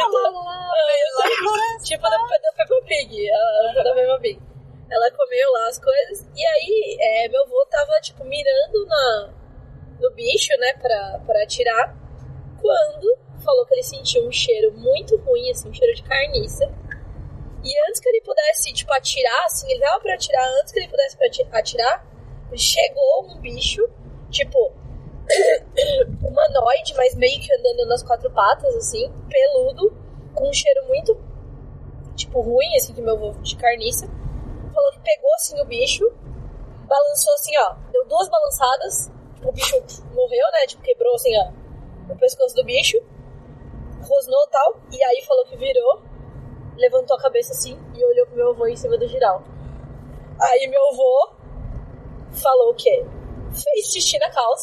Tipo da, da Peppa Pig, a da Peppa Pig. Ela comeu lá as coisas. E aí, é, meu avô tava, tipo, mirando na, no bicho, né, pra, pra atirar. Quando falou que ele sentiu um cheiro muito ruim, assim, um cheiro de carniça. E antes que ele pudesse, tipo, atirar, assim, ele tava pra atirar, antes que ele pudesse atirar, chegou um bicho, tipo, humanoide, mas meio que andando nas quatro patas, assim, peludo, com um cheiro muito, tipo, ruim, assim, que meu avô de carniça. Falou que pegou, assim, o bicho, balançou, assim, ó, deu duas balançadas, o bicho morreu, né, tipo, quebrou, assim, ó, o pescoço do bicho, rosnou e tal, e aí falou que virou, levantou a cabeça, assim, e olhou pro meu avô em cima do giral. Aí meu avô falou o quê? Fez xixi na calça.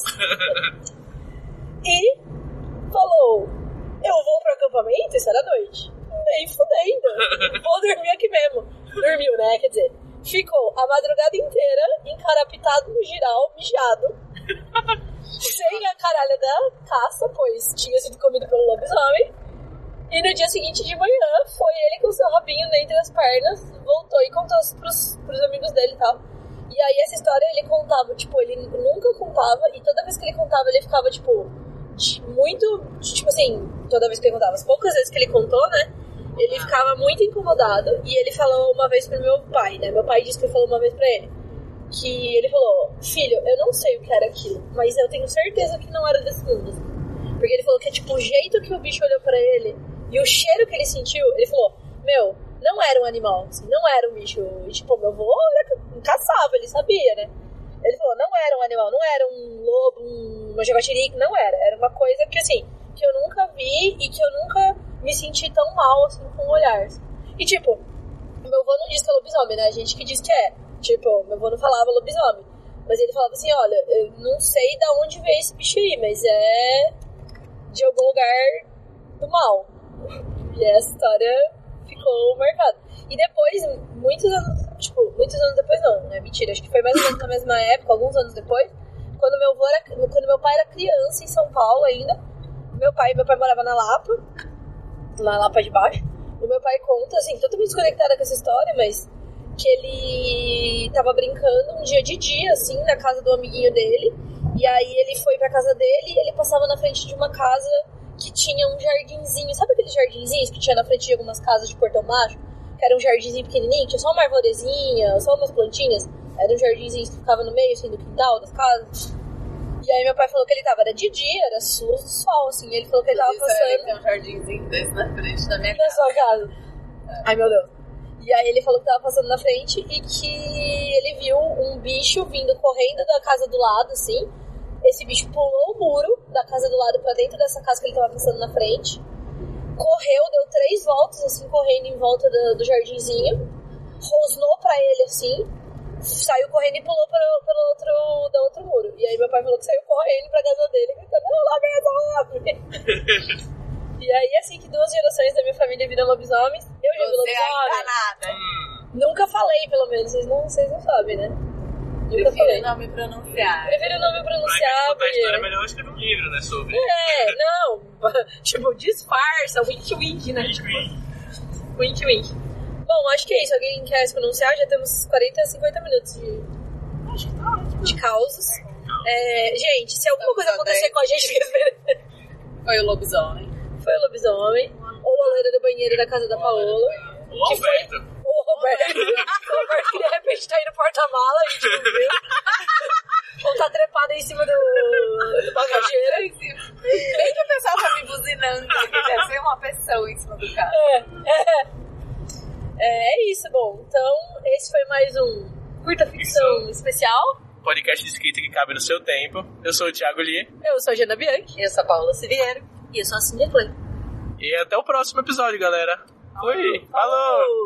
E falou, eu vou pro acampamento, isso era noite. Nem fudendo. Vou dormir aqui mesmo. Dormiu, né? Quer dizer, ficou a madrugada inteira encarapitado no giral, mijado. Sem a caralha da caça, pois tinha sido comido pelo lobisomem. E no dia seguinte de manhã, foi ele com seu rabinho entre as pernas, voltou e contou pros, pros amigos dele e tal. E aí essa história ele contava, tipo, ele nunca contava, e toda vez que ele contava, ele ficava, tipo, de muito, tipo assim, toda vez que ele contava, as poucas vezes que ele contou, né, ele ficava muito incomodado, e ele falou uma vez pro meu pai, né, meu pai disse que ele falou uma vez pra ele, que ele falou, filho, eu não sei o que era aquilo, mas eu tenho certeza que não era desse mundo, porque ele falou que, tipo, o jeito que o bicho olhou pra ele, e o cheiro que ele sentiu, ele falou, meu, não era um animal, assim, não era um bicho. E, tipo, meu avô era, caçava, ele sabia, né? Ele falou, não era um animal, não era um lobo, um, uma jaguatirica, não era. Era uma coisa que, assim, que eu nunca vi e que eu nunca me senti tão mal, assim, com o olhar. Assim. E, tipo, meu avô não disse que é lobisomem, né? A gente que diz que é. Tipo, meu avô não falava lobisomem. Mas ele falava assim, olha, eu não sei de onde veio esse bicho aí, mas é de algum lugar do mal. E essa história ficou marcada. E depois, muitos anos, tipo, muitos anos depois não, né? Mentira, acho que foi mais ou menos na mesma época, alguns anos depois, quando meu avô era, quando meu pai era criança em São Paulo ainda, meu pai, meu pai morava na Lapa, na Lapa de Baixo. O meu pai conta, assim, totalmente desconectada com essa história, mas que ele tava brincando um dia de dia, assim, na casa do amiguinho dele, e aí ele foi pra casa dele e ele passava na frente de uma casa que tinha um jardinzinho, sabe aqueles jardinzinhos que tinha na frente de algumas casas de Portão Baixo? Que era um jardinzinho pequenininho, tinha só uma arvorezinha, só umas plantinhas. Era um jardinzinho que ficava no meio, assim, do quintal das casas. E aí meu pai falou que ele tava, era de dia, era sul do sol, assim. Ele falou que ele tava passando... Tem um jardinzinho desse na frente da minha casa. Na sua casa. É. Ai, meu Deus. E aí ele falou que tava passando na frente e que ele viu um bicho vindo correndo da casa do lado, assim. Esse bicho pulou o muro da casa do lado pra dentro dessa casa que ele tava passando na frente. Correu, deu três voltas, assim, correndo em volta do, do jardinzinho. Rosnou pra ele, assim. Saiu correndo e pulou pelo, pelo outro, do outro muro. E aí meu pai falou que saiu correndo pra casa dele, gritando, não, lá vem a lobby. E aí, assim, que duas gerações da minha família viram lobisomens. Eu já vi lobisomem. Nada. Nunca falei, pelo menos. Vocês não, vocês não sabem, né? Nunca falei. Prefiro não me pronunciar. Prefiro não me pronunciar. Pra contar a história, é melhor escrever um livro, né, sobre. É, não. Tipo, disfarça, wink wink, né? Wink wink. Wink wink. Bom, acho que é isso. Alguém quer se pronunciar? Já temos quarenta, cinquenta minutos de, de causos. É, gente, se alguma coisa acontecer com a gente... Foi o lobisomem. Foi o lobisomem. Ou a loira do banheiro da casa da Paola. O Roberto. O Roberto. O Roberto que de repente tá aí no porta-mala e tipo, viu? Ou tá trepado em cima do, do bagageiro. Bem que o pessoal tá me buzinando, que deve ser uma pessoa em cima do carro. É, é. É, é isso, bom. Então, esse foi mais um Curta Ficção isso. Especial. Podcast de escrita que cabe no seu tempo. Eu sou o Thiago Lee. Eu sou a Jana Bianchi. Eu sou a Paola Siviero. E eu sou a Cindy Clay. E até o próximo episódio, galera. Fui. Falou. Falou.